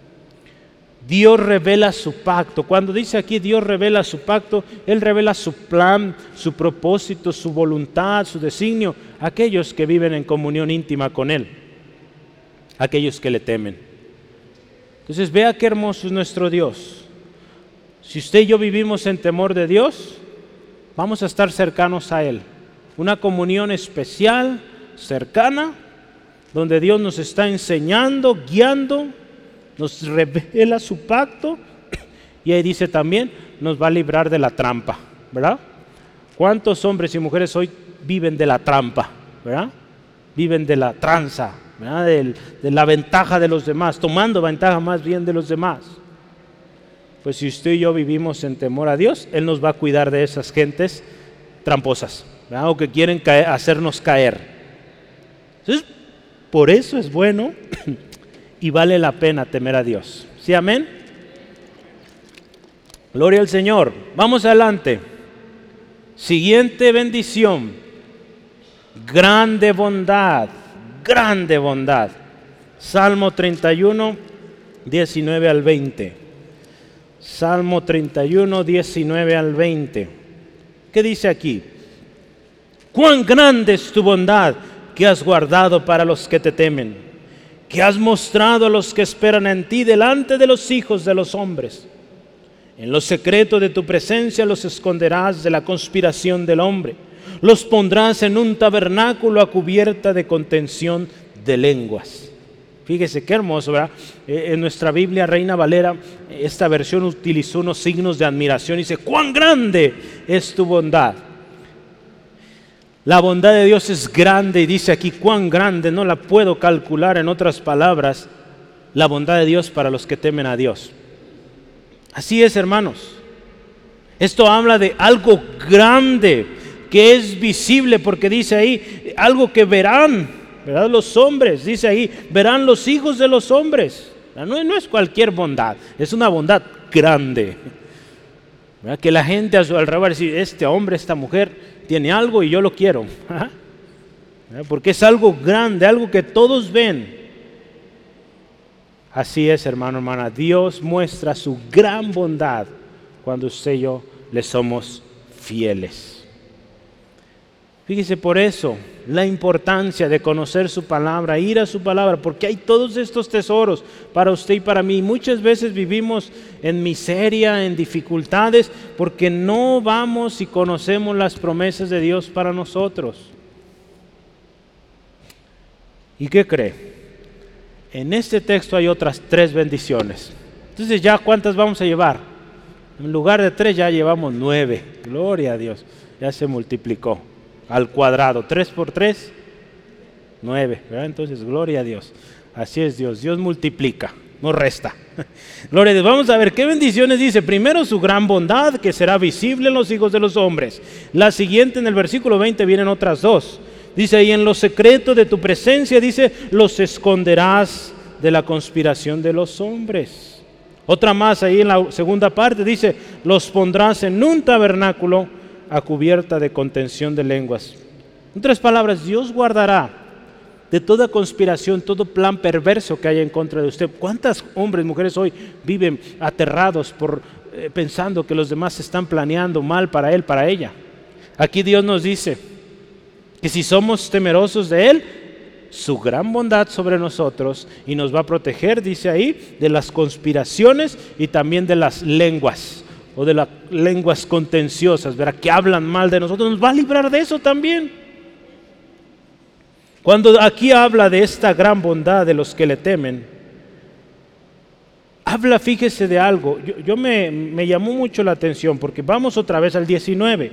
Dios revela su pacto. Cuando dice aquí Dios revela su pacto, Él revela su plan, su propósito, su voluntad, su designio a aquellos que viven en comunión íntima con Él, aquellos que le temen. Entonces vea qué hermoso es nuestro Dios. Si usted y yo vivimos en temor de Dios, vamos a estar cercanos a Él. Una comunión especial, cercana, donde Dios nos está enseñando, guiando, nos revela su pacto y ahí dice también, nos va a librar de la trampa, ¿verdad? ¿Cuántos hombres y mujeres hoy viven de la trampa, ¿verdad? Viven de la tranza, ¿verdad? De, de la ventaja de los demás, tomando ventaja más bien de los demás. Pues si usted y yo vivimos en temor a Dios, Él nos va a cuidar de esas gentes tramposas, ¿verdad? O que quieren caer, hacernos caer. Entonces, por eso es bueno y vale la pena temer a Dios. ¿Sí, amén? Gloria al Señor. Vamos adelante. Siguiente bendición. Grande bondad, grande bondad. Salmo treinta y uno, diecinueve al veinte. Salmo treinta y uno, diecinueve al veinte. ¿Qué dice aquí? Cuán grande es tu bondad que has guardado para los que te temen, que has mostrado a los que esperan en ti delante de los hijos de los hombres. En lo secreto de tu presencia los esconderás de la conspiración del hombre. Los pondrás en un tabernáculo a cubierta de contención de lenguas. Fíjese qué hermoso, ¿verdad? Eh, en nuestra Biblia Reina Valera, esta versión utilizó unos signos de admiración y dice, ¡cuán grande es tu bondad! La bondad de Dios es grande y dice aquí, cuán grande, no la puedo calcular. En otras palabras, la bondad de Dios para los que temen a Dios. Así es, hermanos. Esto habla de algo grande que es visible, porque dice ahí, algo que verán, ¿verdad? Los hombres, dice ahí, verán los hijos de los hombres. No, no es cualquier bondad, es una bondad grande, ¿verdad? Que la gente a su alrededor va a decir, este hombre, esta mujer tiene algo y yo lo quiero, ¿verdad? Porque es algo grande, algo que todos ven. Así es, hermano, hermana, Dios muestra su gran bondad cuando usted y yo le somos fieles. Fíjese, por eso la importancia de conocer su palabra, ir a su palabra, porque hay todos estos tesoros para usted y para mí. Muchas veces vivimos en miseria, en dificultades, porque no vamos y conocemos las promesas de Dios para nosotros. ¿Y qué cree? En este texto hay otras tres bendiciones. Entonces, ¿ya cuántas vamos a llevar? En lugar de tres ya llevamos nueve. Gloria a Dios, ya se multiplicó al cuadrado. Tres por tres, nueve, ¿verdad? Entonces, gloria a Dios. Así es Dios, Dios multiplica, no resta. Gloria a Dios. Vamos a ver qué bendiciones dice. Primero, su gran bondad, que será visible en los hijos de los hombres. La siguiente, en el versículo veinte, vienen otras dos. Dice ahí, en lo secreto de tu presencia, dice, los esconderás de la conspiración de los hombres. Otra más ahí en la segunda parte, dice, los pondrás en un tabernáculo a cubierta de contención de lenguas. En otras palabras, Dios guardará de toda conspiración, todo plan perverso que haya en contra de usted. ¿Cuántos hombres y mujeres hoy viven aterrados por eh, pensando que los demás están planeando mal para él, para ella? Aquí Dios nos dice que si somos temerosos de Él, su gran bondad sobre nosotros, y nos va a proteger, dice ahí, de las conspiraciones y también de las lenguas, o de las lenguas contenciosas, ¿verdad? Que hablan mal de nosotros, nos va a librar de eso también. Cuando aquí habla de esta gran bondad de los que le temen, habla, fíjese, de algo. Yo, yo me, me llamó mucho la atención, porque vamos otra vez al diecinueve.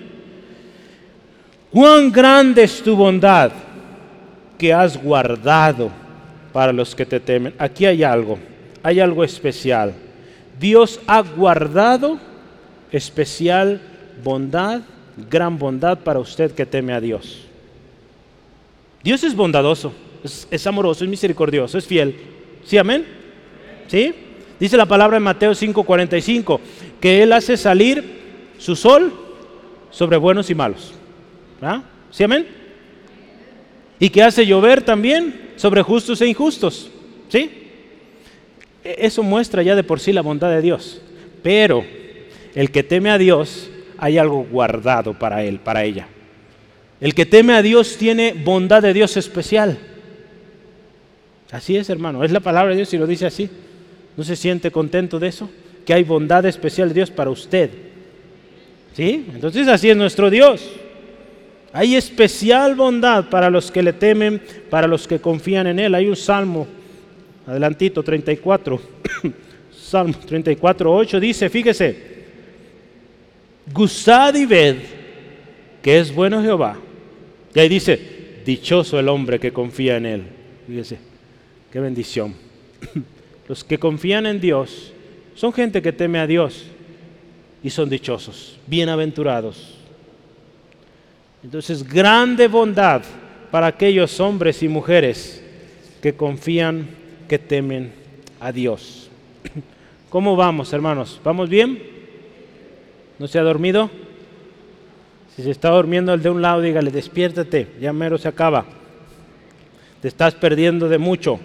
Cuán grande es tu bondad que has guardado para los que te temen. Aquí hay algo, hay algo especial. Dios ha guardado especial bondad, gran bondad para usted que teme a Dios. Dios es bondadoso, es, es amoroso, es misericordioso, es fiel. ¿Sí, amén? ¿Sí? Dice la palabra en Mateo cinco cuarenta y cinco, que Él hace salir su sol sobre buenos y malos. ¿Ah? ¿Sí, amén? Y que hace llover también sobre justos e injustos. ¿Sí? Eso muestra ya de por sí la bondad de Dios. Pero el que teme a Dios, hay algo guardado para él, para ella. El que teme a Dios tiene bondad de Dios especial. Así es, hermano, es la palabra de Dios y lo dice así. ¿No se siente contento de eso? Que hay bondad especial de Dios para usted. ¿Sí? Entonces así es nuestro Dios. Hay especial bondad para los que le temen, para los que confían en Él. Hay un salmo, adelantito, treinta y cuatro, Salmo treinta y cuatro, ocho, dice, fíjese, gustad y ved que es bueno Jehová. Y ahí dice, dichoso el hombre que confía en Él. Fíjese, qué bendición. Los que confían en Dios son gente que teme a Dios y son dichosos, bienaventurados. Entonces, grande bondad para aquellos hombres y mujeres que confían, que temen a Dios. ¿Cómo vamos, hermanos? ¿Vamos bien? ¿No se ha dormido? Si se está durmiendo el de un lado, dígale, despiértate, ya mero se acaba. Te estás perdiendo de mucho.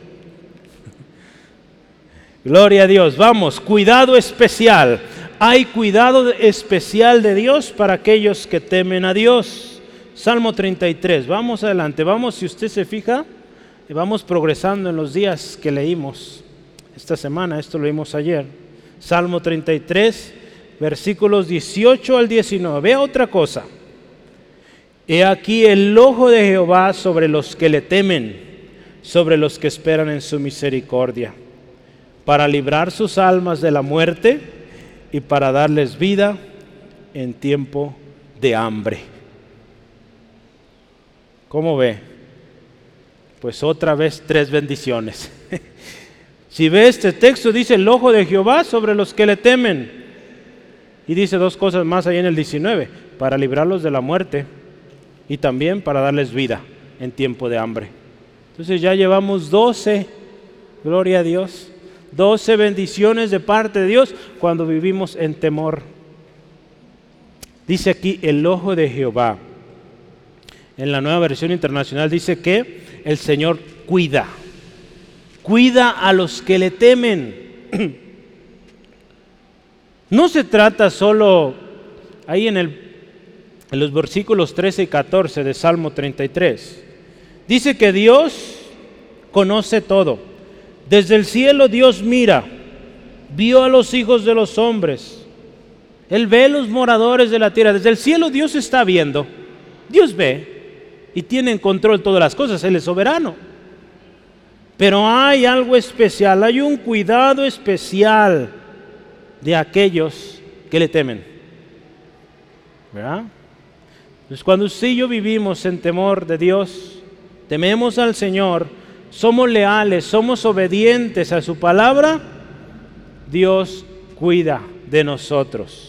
Gloria a Dios. Vamos, cuidado especial. Hay cuidado especial de Dios para aquellos que temen a Dios. Salmo treinta y tres, vamos adelante, vamos, si usted se fija, vamos progresando en los días que leímos esta semana, esto lo leímos ayer. Salmo treinta y tres, versículos dieciocho al diecinueve, vea otra cosa. He aquí el ojo de Jehová sobre los que le temen, sobre los que esperan en su misericordia, para librar sus almas de la muerte y para darles vida en tiempo de hambre. ¿Cómo ve? Pues otra vez tres bendiciones. Si ve este texto, dice el ojo de Jehová sobre los que le temen. Y dice dos cosas más ahí en el diecinueve, para librarlos de la muerte y también para darles vida en tiempo de hambre. Entonces ya llevamos doce, gloria a Dios, doce bendiciones de parte de Dios cuando vivimos en temor. Dice aquí el ojo de Jehová. En la Nueva Versión Internacional dice que el Señor cuida, cuida a los que le temen. No se trata solo, ahí en, el, en los versículos trece y catorce de Salmo treinta y tres, dice que Dios conoce todo. Desde el cielo Dios mira, vio a los hijos de los hombres. Él ve a los moradores de la tierra. Desde el cielo Dios está viendo. Dios ve y tiene en control todas las cosas. Él es soberano. Pero hay algo especial, hay un cuidado especial de aquellos que le temen. ¿Verdad? Entonces cuando usted y yo vivimos en temor de Dios, tememos al Señor, somos leales, somos obedientes a su palabra, Dios cuida de nosotros.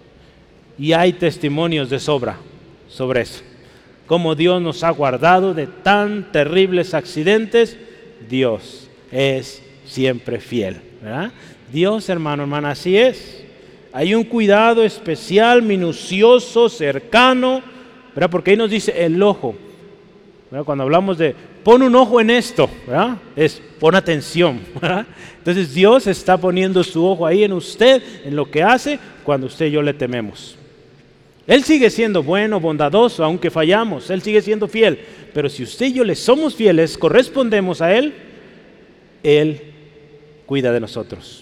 Y hay testimonios de sobra sobre eso. Como Dios nos ha guardado de tan terribles accidentes, Dios es siempre fiel, ¿verdad? Dios, hermano, hermana, así es. Hay un cuidado especial, minucioso, cercano, ¿verdad? Porque ahí nos dice el ojo, ¿verdad? Cuando hablamos de pon un ojo en esto, ¿verdad? Es pon atención, ¿verdad? Entonces Dios está poniendo su ojo ahí en usted, en lo que hace cuando usted y yo le tememos. Él sigue siendo bueno, bondadoso, aunque fallamos, Él sigue siendo fiel. Pero si usted y yo le somos fieles, correspondemos a Él, Él cuida de nosotros.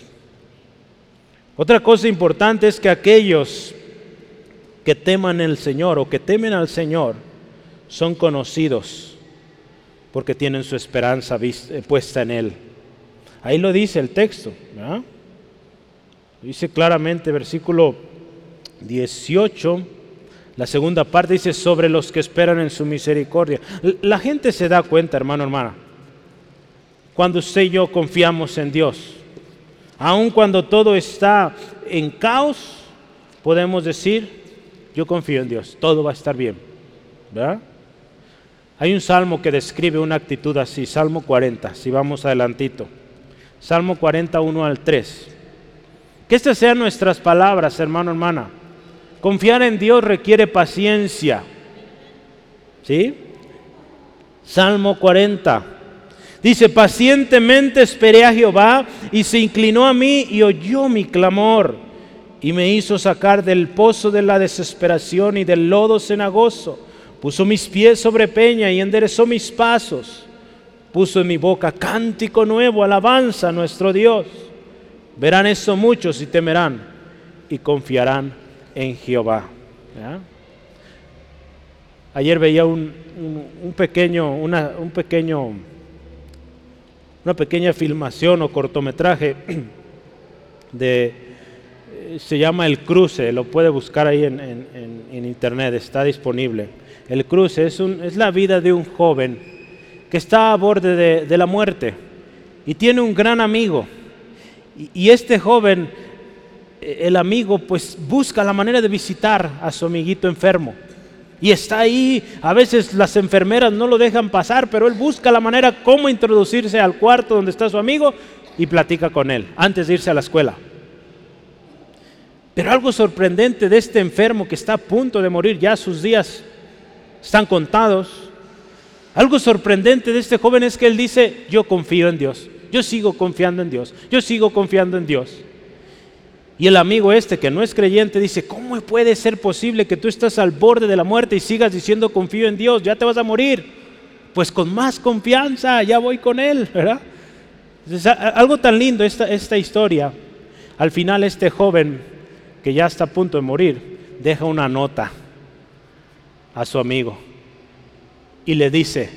Otra cosa importante es que aquellos que teman al Señor o que temen al Señor son conocidos porque tienen su esperanza puesta en Él. Ahí lo dice el texto, ¿verdad? Dice claramente, versículo dieciocho, la segunda parte dice, sobre los que esperan en su misericordia. La gente se da cuenta, hermano, hermana, cuando usted y yo confiamos en Dios. Aun cuando todo está en caos, podemos decir, yo confío en Dios, todo va a estar bien, ¿verdad? Hay un salmo que describe una actitud así, Salmo cuarenta, si vamos adelantito. Salmo cuarenta, uno al tres. Que estas sean nuestras palabras, hermano, hermana. Confiar en Dios requiere paciencia. ¿Sí? Salmo cuarenta. Dice, pacientemente esperé a Jehová y se inclinó a mí y oyó mi clamor y me hizo sacar del pozo de la desesperación y del lodo cenagoso. Puso mis pies sobre peña y enderezó mis pasos. Puso en mi boca cántico nuevo, alabanza a nuestro Dios. Verán esto muchos y temerán y confiarán en Jehová. ¿Ya? Ayer veía un, un, un pequeño, una, un pequeño, una pequeña filmación o cortometraje de, se llama El Cruce, lo puede buscar ahí en, en, en, en internet, está disponible. El Cruce es, un, es la vida de un joven que está a borde de, de la muerte y tiene un gran amigo. Y, y este joven, el amigo, pues busca la manera de visitar a su amiguito enfermo. Y está ahí, a veces las enfermeras no lo dejan pasar, pero él busca la manera cómo introducirse al cuarto donde está su amigo y platica con él antes de irse a la escuela. Pero algo sorprendente de este enfermo que está a punto de morir, ya sus días están contados. Algo sorprendente de este joven es que él dice, yo confío en Dios, yo sigo confiando en Dios, yo sigo confiando en Dios. Y el amigo este que no es creyente dice, ¿cómo puede ser posible que tú estás al borde de la muerte y sigas diciendo confío en Dios? Ya te vas a morir. Pues con más confianza, ya voy con Él, ¿verdad? Entonces, algo tan lindo esta, esta historia. Al final este joven que ya está a punto de morir, deja una nota a su amigo y le dice,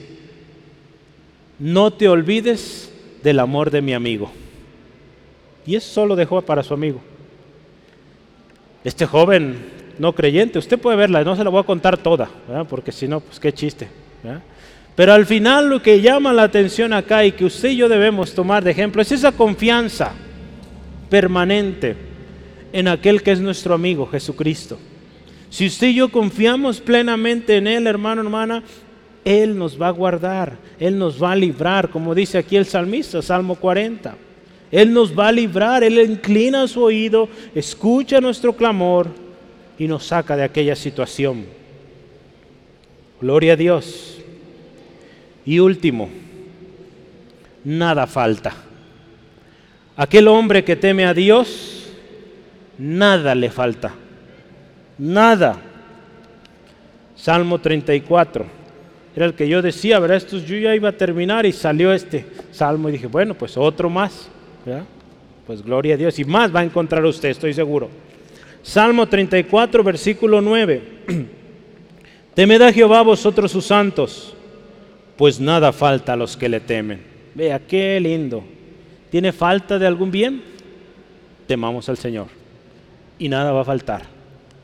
no te olvides del amor de mi amigo. Y eso solo dejó para su amigo. Este joven no creyente, usted puede verla, no se la voy a contar toda, ¿verdad? Porque si no, pues qué chiste, ¿verdad? Pero al final lo que llama la atención acá y que usted y yo debemos tomar de ejemplo es esa confianza permanente en aquel que es nuestro amigo, Jesucristo. Si usted y yo confiamos plenamente en Él, hermano, hermana, Él nos va a guardar, Él nos va a librar, como dice aquí el salmista, Salmo cuarenta. Él nos va a librar, Él inclina su oído, escucha nuestro clamor y nos saca de aquella situación. Gloria a Dios. Y último, nada falta. Aquel hombre que teme a Dios, nada le falta. Nada. Salmo treinta y cuatro. Era el que yo decía, ¿verdad? Esto yo ya iba a terminar y salió este salmo y dije, bueno, pues otro más, ¿verdad? Pues gloria a Dios. Y más va a encontrar usted, estoy seguro. Salmo treinta y cuatro, versículo nueve. Temed a Jehová vosotros sus santos, pues nada falta a los que le temen. Vea, qué lindo. ¿Tiene falta de algún bien? Temamos al Señor y nada va a faltar.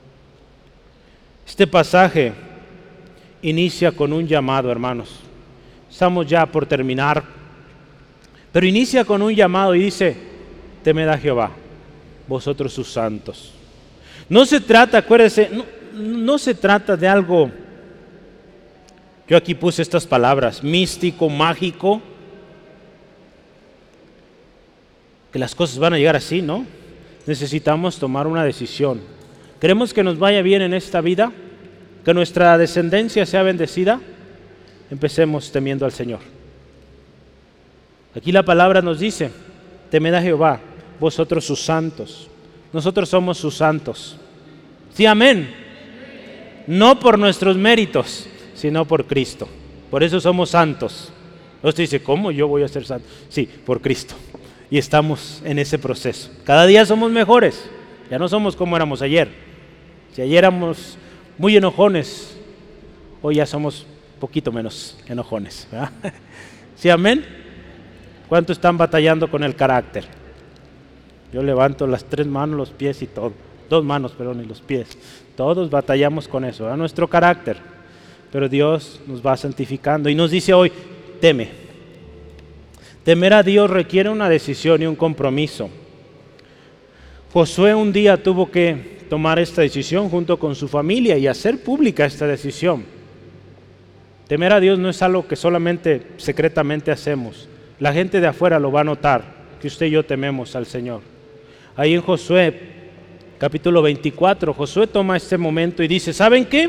Este pasaje inicia con un llamado, hermanos. Estamos ya por terminar, pero inicia con un llamado y dice, temed a Jehová, vosotros sus santos. No se trata, acuérdense, no, no se trata de algo, yo aquí puse estas palabras, místico, mágico, que las cosas van a llegar así, ¿no? Necesitamos tomar una decisión. ¿Queremos que nos vaya bien en esta vida? ¿Que nuestra descendencia sea bendecida? Empecemos temiendo al Señor. Aquí la palabra nos dice, temed a Jehová, vosotros sus santos. Nosotros somos sus santos. Sí, amén. No por nuestros méritos, sino por Cristo. Por eso somos santos. Usted dice, ¿cómo yo voy a ser santo? Sí, por Cristo. Y estamos en ese proceso. Cada día somos mejores. Ya no somos como éramos ayer. Si ayer éramos muy enojones, hoy ya somos poquito menos enojones, ¿verdad? ¿Sí, amén? ¿Cuántos están batallando con el carácter? Yo levanto las tres manos, los pies y todo. Dos manos, perdón, y los pies. Todos batallamos con eso, ¿verdad? Nuestro carácter. Pero Dios nos va santificando y nos dice hoy, teme. Temer a Dios requiere una decisión y un compromiso. Josué un día tuvo que tomar esta decisión junto con su familia y hacer pública esta decisión. Temer a Dios no es algo que solamente secretamente hacemos. La gente de afuera lo va a notar, que usted y yo tememos al Señor. Ahí en Josué, capítulo veinticuatro, Josué toma este momento y dice, ¿saben qué?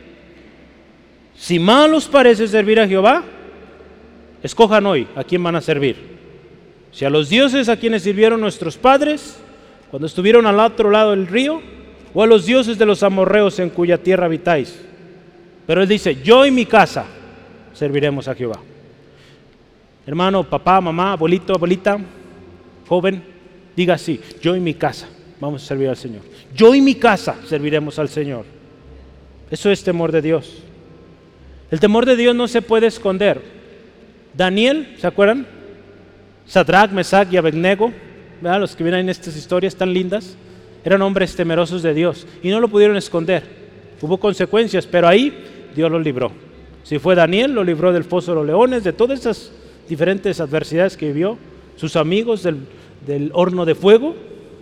Si mal os parece servir a Jehová, escojan hoy a quién van a servir. Si a los dioses a quienes sirvieron nuestros padres cuando estuvieron al otro lado del río, o a los dioses de los amorreos en cuya tierra habitáis. Pero él dice, yo y mi casa serviremos a Jehová. Hermano, papá, mamá, abuelito, abuelita, joven, diga así, yo y mi casa vamos a servir al Señor. Yo y mi casa serviremos al Señor. Eso es temor de Dios. El temor de Dios no se puede esconder. Daniel, ¿se acuerdan? Sadrach, Mesach y Abednego, ¿verdad? Los que vienen en estas historias tan lindas, eran hombres temerosos de Dios y no lo pudieron esconder. Hubo consecuencias, pero ahí Dios los libró. Si fue Daniel, lo libró del foso de los leones, de todas esas diferentes adversidades que vivió, sus amigos del, del horno de fuego.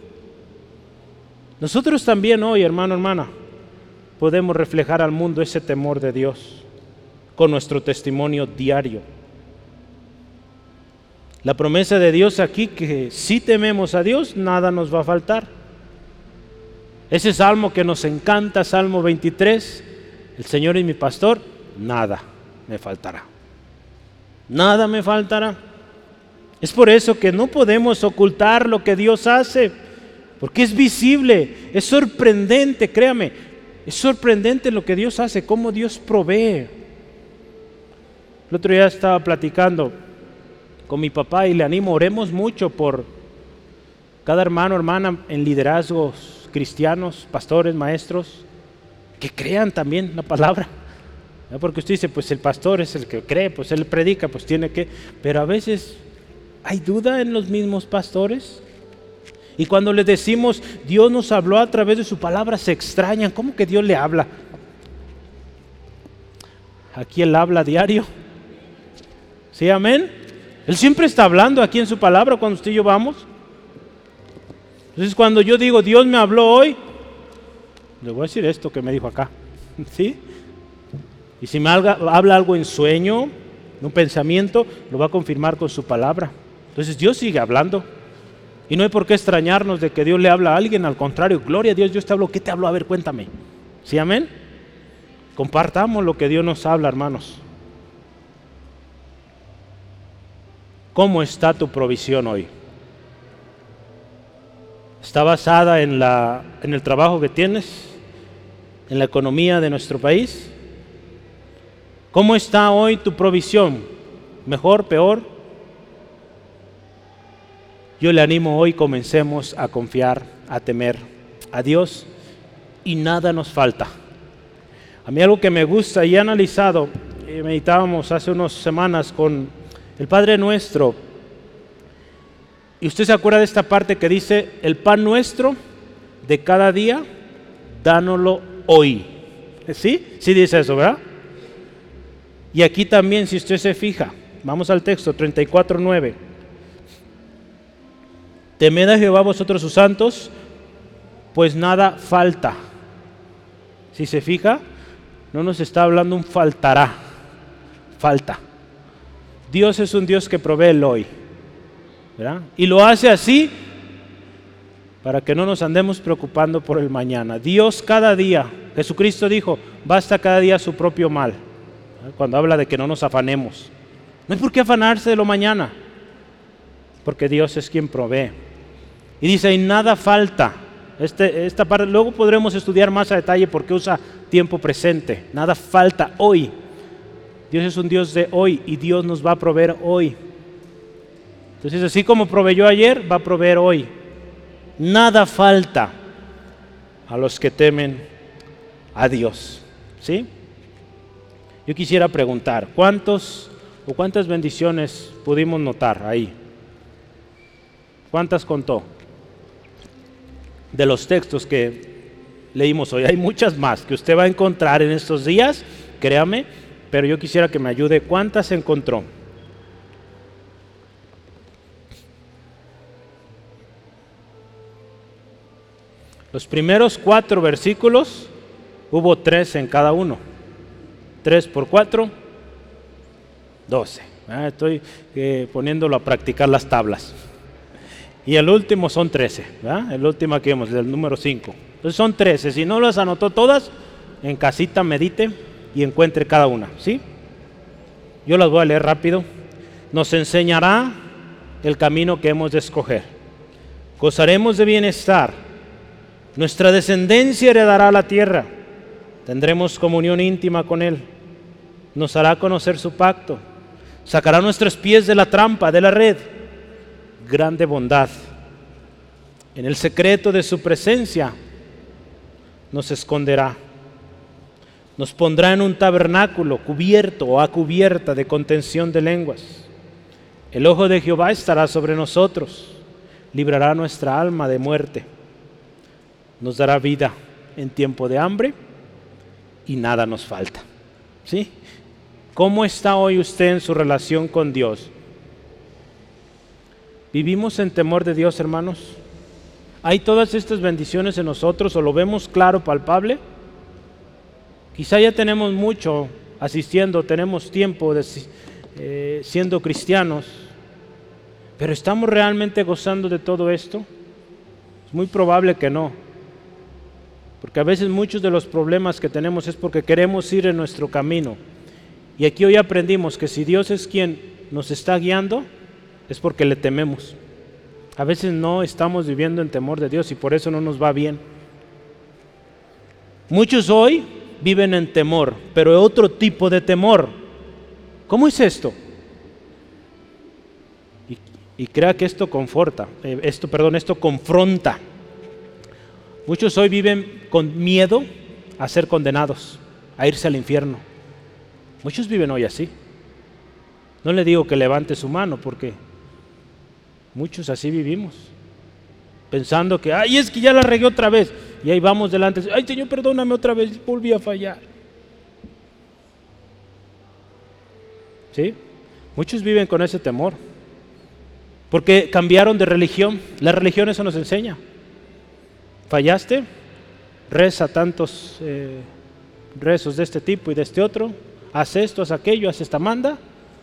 Nosotros también hoy, hermano, hermana, podemos reflejar al mundo ese temor de Dios con nuestro testimonio diario. La promesa de Dios aquí, que si tememos a Dios, nada nos va a faltar. Ese salmo que nos encanta, Salmo veintitrés, el Señor es mi pastor, nada me faltará. Nada me faltará. Es por eso que no podemos ocultar lo que Dios hace, porque es visible, es sorprendente, créame, es sorprendente lo que Dios hace, cómo Dios provee. El otro día estaba platicando con mi papá y le animo, oremos mucho por cada hermano, hermana en liderazgos cristianos, pastores, maestros, que crean también la palabra. ¿No? Porque usted dice, pues el pastor es el que cree, pues él predica, pues tiene que, pero a veces hay duda en los mismos pastores. Y cuando les decimos, Dios nos habló a través de su palabra, se extrañan, ¿cómo que Dios le habla? Aquí Él habla diario. ¿Sí, amén? Él siempre está hablando aquí en su palabra cuando usted y yo vamos. Entonces cuando yo digo, Dios me habló hoy, le voy a decir esto que me dijo acá, ¿sí? Y si me habla, habla algo en sueño, en un pensamiento, lo va a confirmar con su palabra. Entonces Dios sigue hablando. Y no hay por qué extrañarnos de que Dios le habla a alguien, al contrario, gloria a Dios, Dios te habló, ¿qué te habló? A ver, cuéntame. ¿Sí, amén? Compartamos lo que Dios nos habla, hermanos. ¿Cómo está tu provisión hoy? ¿Está basada en, la, en el trabajo que tienes? ¿En la economía de nuestro país? ¿Cómo está hoy tu provisión? ¿Mejor, peor? Yo le animo hoy, comencemos a confiar, a temer a Dios y nada nos falta. A mí algo que me gusta y he analizado, eh, meditábamos hace unas semanas con el Padre Nuestro, y usted se acuerda de esta parte que dice, el pan nuestro de cada día, dánoslo hoy. ¿Sí? Sí dice eso, ¿verdad? Y aquí también, si usted se fija, vamos al texto treinta y cuatro nueve. Temed a Jehová vosotros sus santos, pues nada falta. Si se fija, no nos está hablando un faltará, falta. Dios es un Dios que provee el hoy, ¿verdad? Y lo hace así para que no nos andemos preocupando por el mañana. Dios cada día, Jesucristo dijo, basta cada día su propio mal. Cuando habla de que no nos afanemos. No hay por qué afanarse de lo mañana, porque Dios es quien provee. Y dice, y nada falta. Este, esta parte, luego podremos estudiar más a detalle porque usa tiempo presente. Nada falta hoy. Dios es un Dios de hoy y Dios nos va a proveer hoy. Entonces, así como proveyó ayer, va a proveer hoy. Nada falta a los que temen a Dios. ¿Sí? Yo quisiera preguntar, ¿cuántos o cuántas bendiciones pudimos notar ahí? ¿Cuántas contó? De los textos que leímos hoy, hay muchas más que usted va a encontrar en estos días, créame, pero yo quisiera que me ayude. ¿Cuántas encontró? Los primeros cuatro versículos, hubo tres en cada uno. Tres por cuatro, doce. Ah, estoy eh, poniéndolo a practicar las tablas. Y el último son trece, ¿verdad? El último que vimos, el número cinco. Entonces son trece. Si no las anotó todas, en casita medite y encuentre cada una, ¿sí? Yo las voy a leer rápido. Nos enseñará el camino que hemos de escoger. Gozaremos de bienestar. Nuestra descendencia heredará la tierra. Tendremos comunión íntima con Él. Nos hará conocer su pacto. Sacará nuestros pies de la trampa, de la red. Grande bondad. En el secreto de su presencia nos esconderá. Nos pondrá en un tabernáculo cubierto o a cubierta de contención de lenguas. El ojo de Jehová estará sobre nosotros. Librará nuestra alma de muerte. Nos dará vida en tiempo de hambre y nada nos falta. ¿Sí? ¿Cómo está hoy usted en su relación con Dios? ¿Vivimos en temor de Dios, hermanos? ¿Hay todas estas bendiciones en nosotros o lo vemos claro, palpable? Quizá ya tenemos mucho asistiendo, tenemos tiempo de, eh, siendo cristianos, pero ¿estamos realmente gozando de todo esto? Es muy probable que no, porque a veces muchos de los problemas que tenemos es porque queremos ir en nuestro camino. Y aquí hoy aprendimos que si Dios es quien nos está guiando, es porque le tememos. A veces no estamos viviendo en temor de Dios y por eso no nos va bien. Muchos hoy viven en temor, pero otro tipo de temor. ¿Cómo es esto? Y, y crea que esto conforta, eh, esto, perdón, esto confronta. Muchos hoy viven con miedo a ser condenados, a irse al infierno. Muchos viven hoy así. No le digo que levante su mano porque muchos así vivimos, pensando que, ay, es que ya la regué otra vez, y ahí vamos delante, ay, Señor, perdóname otra vez, volví a fallar. ¿Sí? Muchos viven con ese temor, porque cambiaron de religión. La religión eso nos enseña. ¿Fallaste? Reza tantos eh, rezos de este tipo y de este otro. Haz esto, haz aquello, haz esta manda.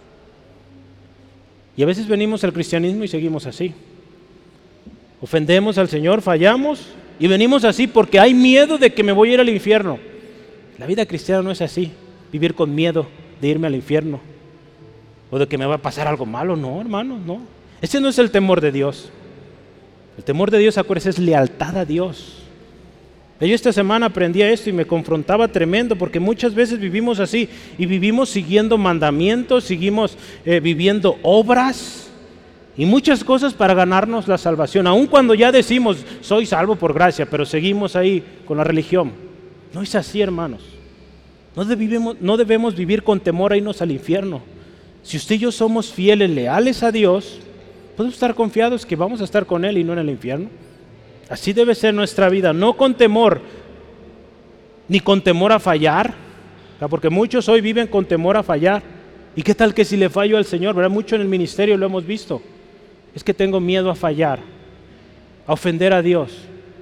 Y a veces venimos al cristianismo y seguimos así. Ofendemos al Señor, fallamos y venimos así porque hay miedo de que me voy a ir al infierno. La vida cristiana no es así, vivir con miedo de irme al infierno o de que me va a pasar algo malo. No, hermanos, no. Ese no es el temor de Dios. El temor de Dios, acuérdense, es lealtad a Dios. Yo esta semana aprendí esto y me confrontaba tremendo porque muchas veces vivimos así y vivimos siguiendo mandamientos, seguimos eh, viviendo obras y muchas cosas para ganarnos la salvación, aun cuando ya decimos soy salvo por gracia, pero seguimos ahí con la religión. No es así, hermanos. No debemos, no debemos vivir con temor a irnos al infierno. Si usted y yo somos fieles, leales a Dios, podemos estar confiados que vamos a estar con Él y no en el infierno. Así debe ser nuestra vida, no con temor, ni con temor a fallar, porque muchos hoy viven con temor a fallar. ¿Y qué tal que si le fallo al Señor? ¿Verdad? Mucho en el ministerio lo hemos visto. Es que tengo miedo a fallar, a ofender a Dios.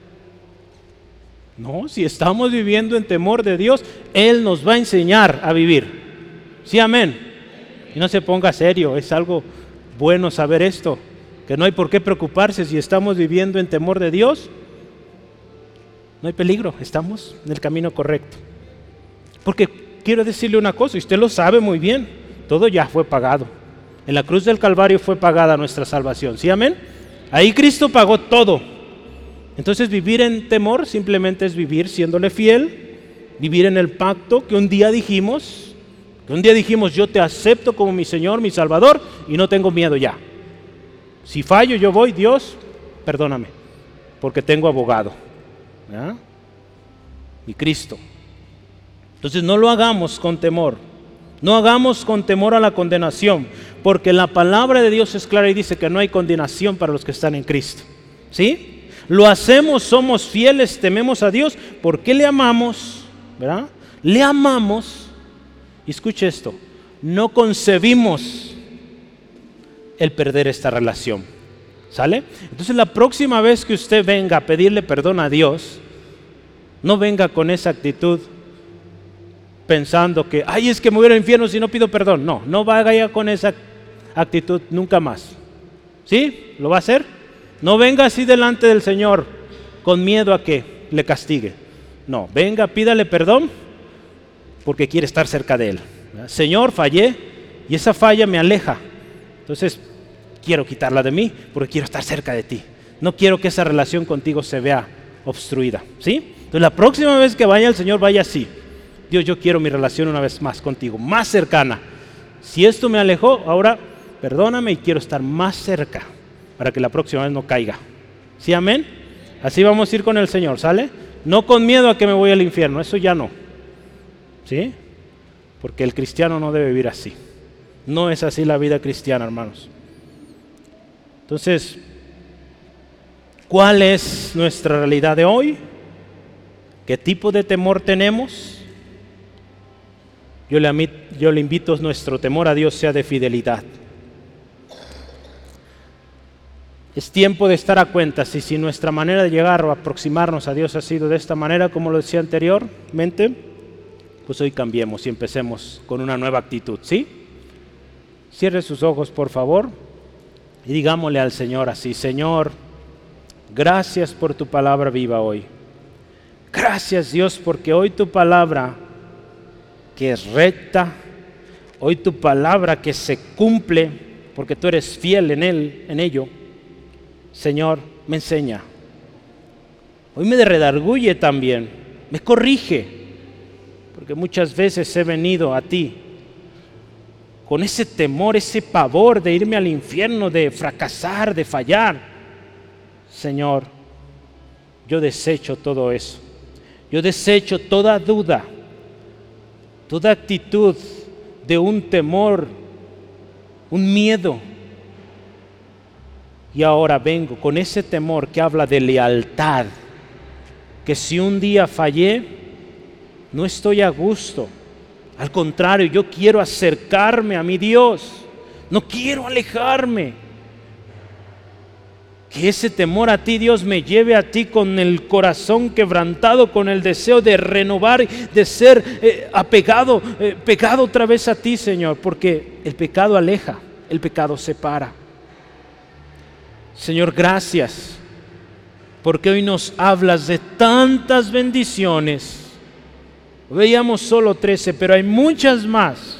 No, si estamos viviendo en temor de Dios, Él nos va a enseñar a vivir. Sí, amén. Y no se ponga serio, es algo bueno saber esto. Que no hay por qué preocuparse si estamos viviendo en temor de Dios. No hay peligro, estamos en el camino correcto. Porque quiero decirle una cosa, y usted lo sabe muy bien, todo ya fue pagado. En la cruz del Calvario fue pagada nuestra salvación, ¿sí, amén? Ahí Cristo pagó todo. Entonces vivir en temor simplemente es vivir siéndole fiel, vivir en el pacto que un día dijimos, que un día dijimos yo te acepto como mi Señor, mi Salvador y no tengo miedo ya. Si fallo yo voy, Dios, perdóname, porque tengo abogado, ¿ya? Y Cristo. Entonces no lo hagamos con temor, no hagamos con temor a la condenación, porque la palabra de Dios es clara y dice que no hay condenación para los que están en Cristo, ¿sí? Lo hacemos, somos fieles, tememos a Dios, porque le amamos, ¿verdad? Le amamos, y escuche esto, no concebimos el perder esta relación, ¿sale? Entonces la próxima vez que usted venga a pedirle perdón a Dios, no venga con esa actitud pensando que, ay, es que me voy al infierno si no pido perdón. No, no vaya con esa actitud nunca más. ¿Sí? ¿Lo va a hacer? No venga así delante del Señor con miedo a que le castigue. No, venga, pídale perdón porque quiere estar cerca de Él. Señor, fallé y esa falla me aleja. Entonces, quiero quitarla de mí porque quiero estar cerca de ti. No quiero que esa relación contigo se vea obstruida, ¿sí? Entonces, la próxima vez que vaya al Señor, vaya así. Dios, yo quiero mi relación una vez más contigo, más cercana. Si esto me alejó, ahora perdóname y quiero estar más cerca para que la próxima vez no caiga. ¿Sí, amén? Así vamos a ir con el Señor, ¿sale? No con miedo a que me voy al infierno, eso ya no. ¿Sí? Porque el cristiano no debe vivir así. No es así la vida cristiana, hermanos. Entonces, ¿cuál es nuestra realidad de hoy? ¿Qué tipo de temor tenemos? Yo le, yo le invito a nuestro temor a Dios sea de fidelidad. Es tiempo de estar a cuenta si, si nuestra manera de llegar o aproximarnos a Dios ha sido de esta manera, como lo decía anteriormente, pues hoy cambiemos y empecemos con una nueva actitud, ¿sí? Cierre sus ojos, por favor, y digámosle al Señor así: Señor, gracias por tu palabra viva hoy. Gracias, Dios, porque hoy tu palabra que es recta, hoy tu palabra que se cumple, porque tú eres fiel en él, en ello, Señor, me enseña. Hoy me redarguye también, me corrige, porque muchas veces he venido a ti con ese temor, ese pavor de irme al infierno, de fracasar, de fallar. Señor, yo desecho todo eso. Yo desecho toda duda, toda actitud de un temor, un miedo. Y ahora vengo con ese temor que habla de lealtad, que si un día fallé, no estoy a gusto. Al contrario, yo quiero acercarme a mi Dios, no quiero alejarme. Que ese temor a ti, Dios, me lleve a ti con el corazón quebrantado, con el deseo de renovar, de ser eh, apegado, eh, pegado otra vez a ti, Señor, porque el pecado aleja, el pecado separa. Señor, gracias, porque hoy nos hablas de tantas bendiciones. Veíamos solo trece, pero hay muchas más,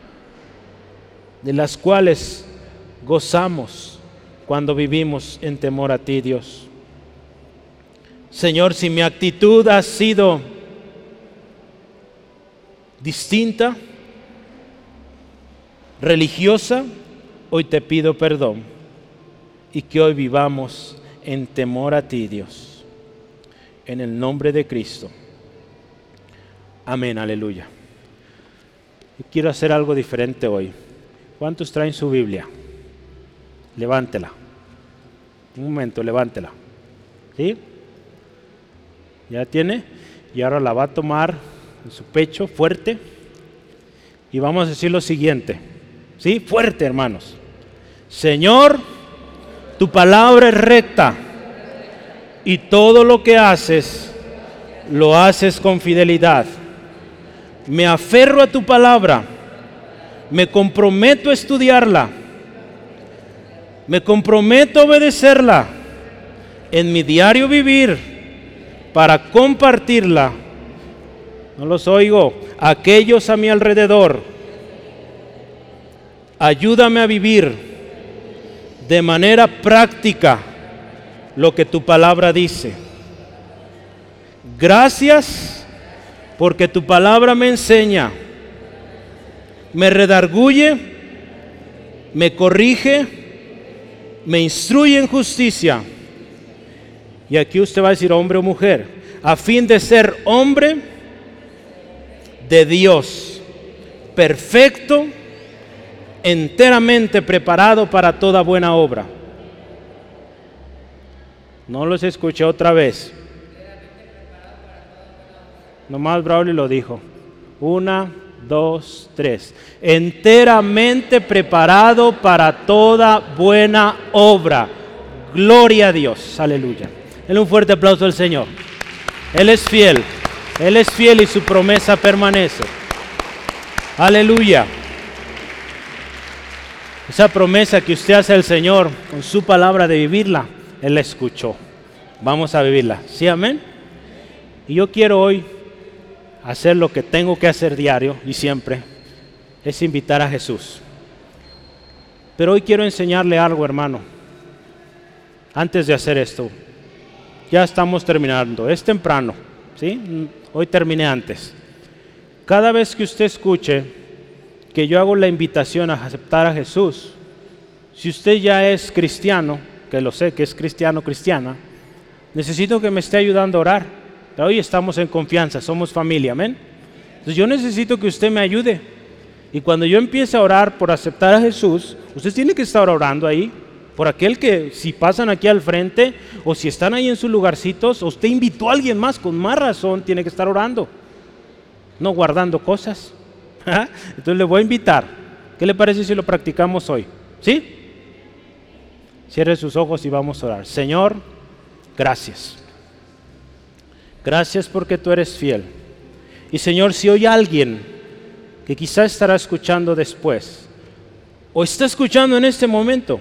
de las cuales gozamos cuando vivimos en temor a ti, Dios. Señor, si mi actitud ha sido distinta, religiosa, hoy te pido perdón y que hoy vivamos en temor a ti, Dios. En el nombre de Cristo. Amén, aleluya. Y quiero hacer algo diferente hoy. ¿Cuántos traen su Biblia? Levántela. Un momento, levántela. ¿Sí? ¿Ya tiene? Y ahora la va a tomar en su pecho, fuerte. Y vamos a decir lo siguiente. ¿Sí? Fuerte, hermanos. Señor, tu palabra es recta. Y todo lo que haces, lo haces con fidelidad. Me aferro a tu palabra. Me comprometo a estudiarla. Me comprometo a obedecerla en mi diario vivir para compartirla. No los oigo. Aquellos a mi alrededor. Ayúdame a vivir de manera práctica lo que tu palabra dice. Gracias porque tu palabra me enseña, me redarguye, me corrige, me instruye en justicia. Y aquí usted va a decir hombre o mujer, a fin de ser hombre de Dios, perfecto, enteramente preparado para toda buena obra. No los escuché otra vez. Nomás Braulio lo dijo. Una, dos, tres. Enteramente preparado para toda buena obra. Gloria a Dios. Aleluya. Denle un fuerte aplauso al Señor. Él es fiel. Él es fiel y su promesa permanece. Aleluya. Esa promesa que usted hace al Señor con su palabra de vivirla, Él la escuchó. Vamos a vivirla. ¿Sí, amén? Y yo quiero hoy hacer lo que tengo que hacer diario y siempre, es invitar a Jesús. Pero hoy quiero enseñarle algo, hermano. Antes de hacer esto, ya estamos terminando, es temprano, ¿sí? Hoy terminé antes. Cada vez que usted escuche que yo hago la invitación a aceptar a Jesús, si usted ya es cristiano, que lo sé que es cristiano o cristiana, necesito que me esté ayudando a orar. Hoy estamos en confianza, somos familia, amén. Entonces yo necesito que usted me ayude. Y cuando yo empiece a orar por aceptar a Jesús, usted tiene que estar orando ahí, por aquel que si pasan aquí al frente, o si están ahí en sus lugarcitos, o usted invitó a alguien más, con más razón tiene que estar orando, no guardando cosas. Entonces le voy a invitar. ¿Qué le parece si lo practicamos hoy? ¿Sí? Cierre sus ojos y vamos a orar. Señor, gracias. Gracias porque tú eres fiel. Y Señor, si hoy alguien que quizás estará escuchando después, o está escuchando en este momento,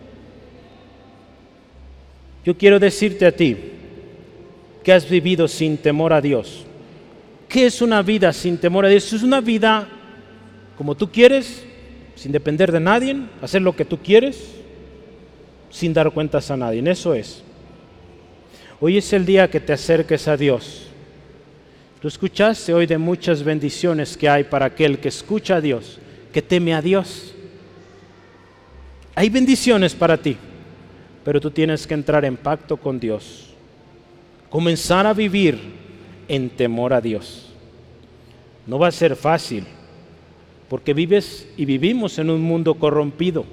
yo quiero decirte a ti que has vivido sin temor a Dios. ¿Qué es una vida sin temor a Dios? Es una vida como tú quieres, sin depender de nadie, hacer lo que tú quieres, sin dar cuentas a nadie. Eso es. Hoy es el día que te acerques a Dios. Tú escuchaste hoy de muchas bendiciones que hay para aquel que escucha a Dios, que teme a Dios. Hay bendiciones para ti, pero tú tienes que entrar en pacto con Dios. Comenzar a vivir en temor a Dios. No va a ser fácil, porque vives y vivimos en un mundo corrompido.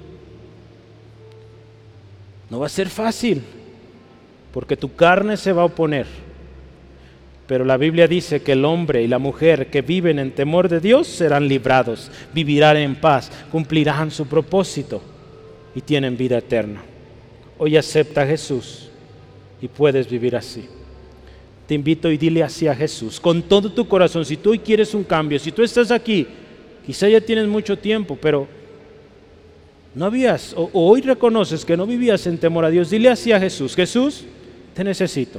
No va a ser fácil, porque tu carne se va a oponer. Pero la Biblia dice que el hombre y la mujer que viven en temor de Dios serán librados, vivirán en paz, cumplirán su propósito y tienen vida eterna. hoy acepta a Jesús y puedes vivir así. Te invito y dile así a Jesús, con todo tu corazón. Si tú hoy quieres un cambio, si tú estás aquí, quizá ya tienes mucho tiempo, pero no habías, o, o hoy reconoces que no vivías en temor a Dios, dile así a Jesús: Jesús, te necesito.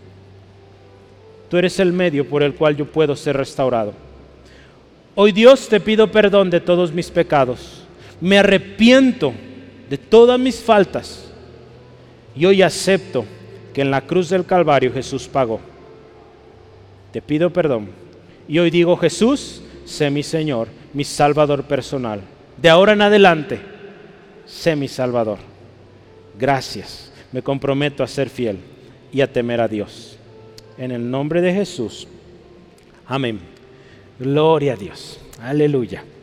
Tú eres el medio por el cual yo puedo ser restaurado. Hoy, Dios, te pido perdón de todos mis pecados. Me arrepiento de todas mis faltas. Y hoy acepto que en la cruz del Calvario Jesús pagó. Te pido perdón. Y hoy digo: Jesús, sé mi Señor, mi Salvador personal. De ahora en adelante, sé mi Salvador. Gracias. Me comprometo a ser fiel y a temer a Dios. En el nombre de Jesús. Amén. Gloria a Dios. Aleluya.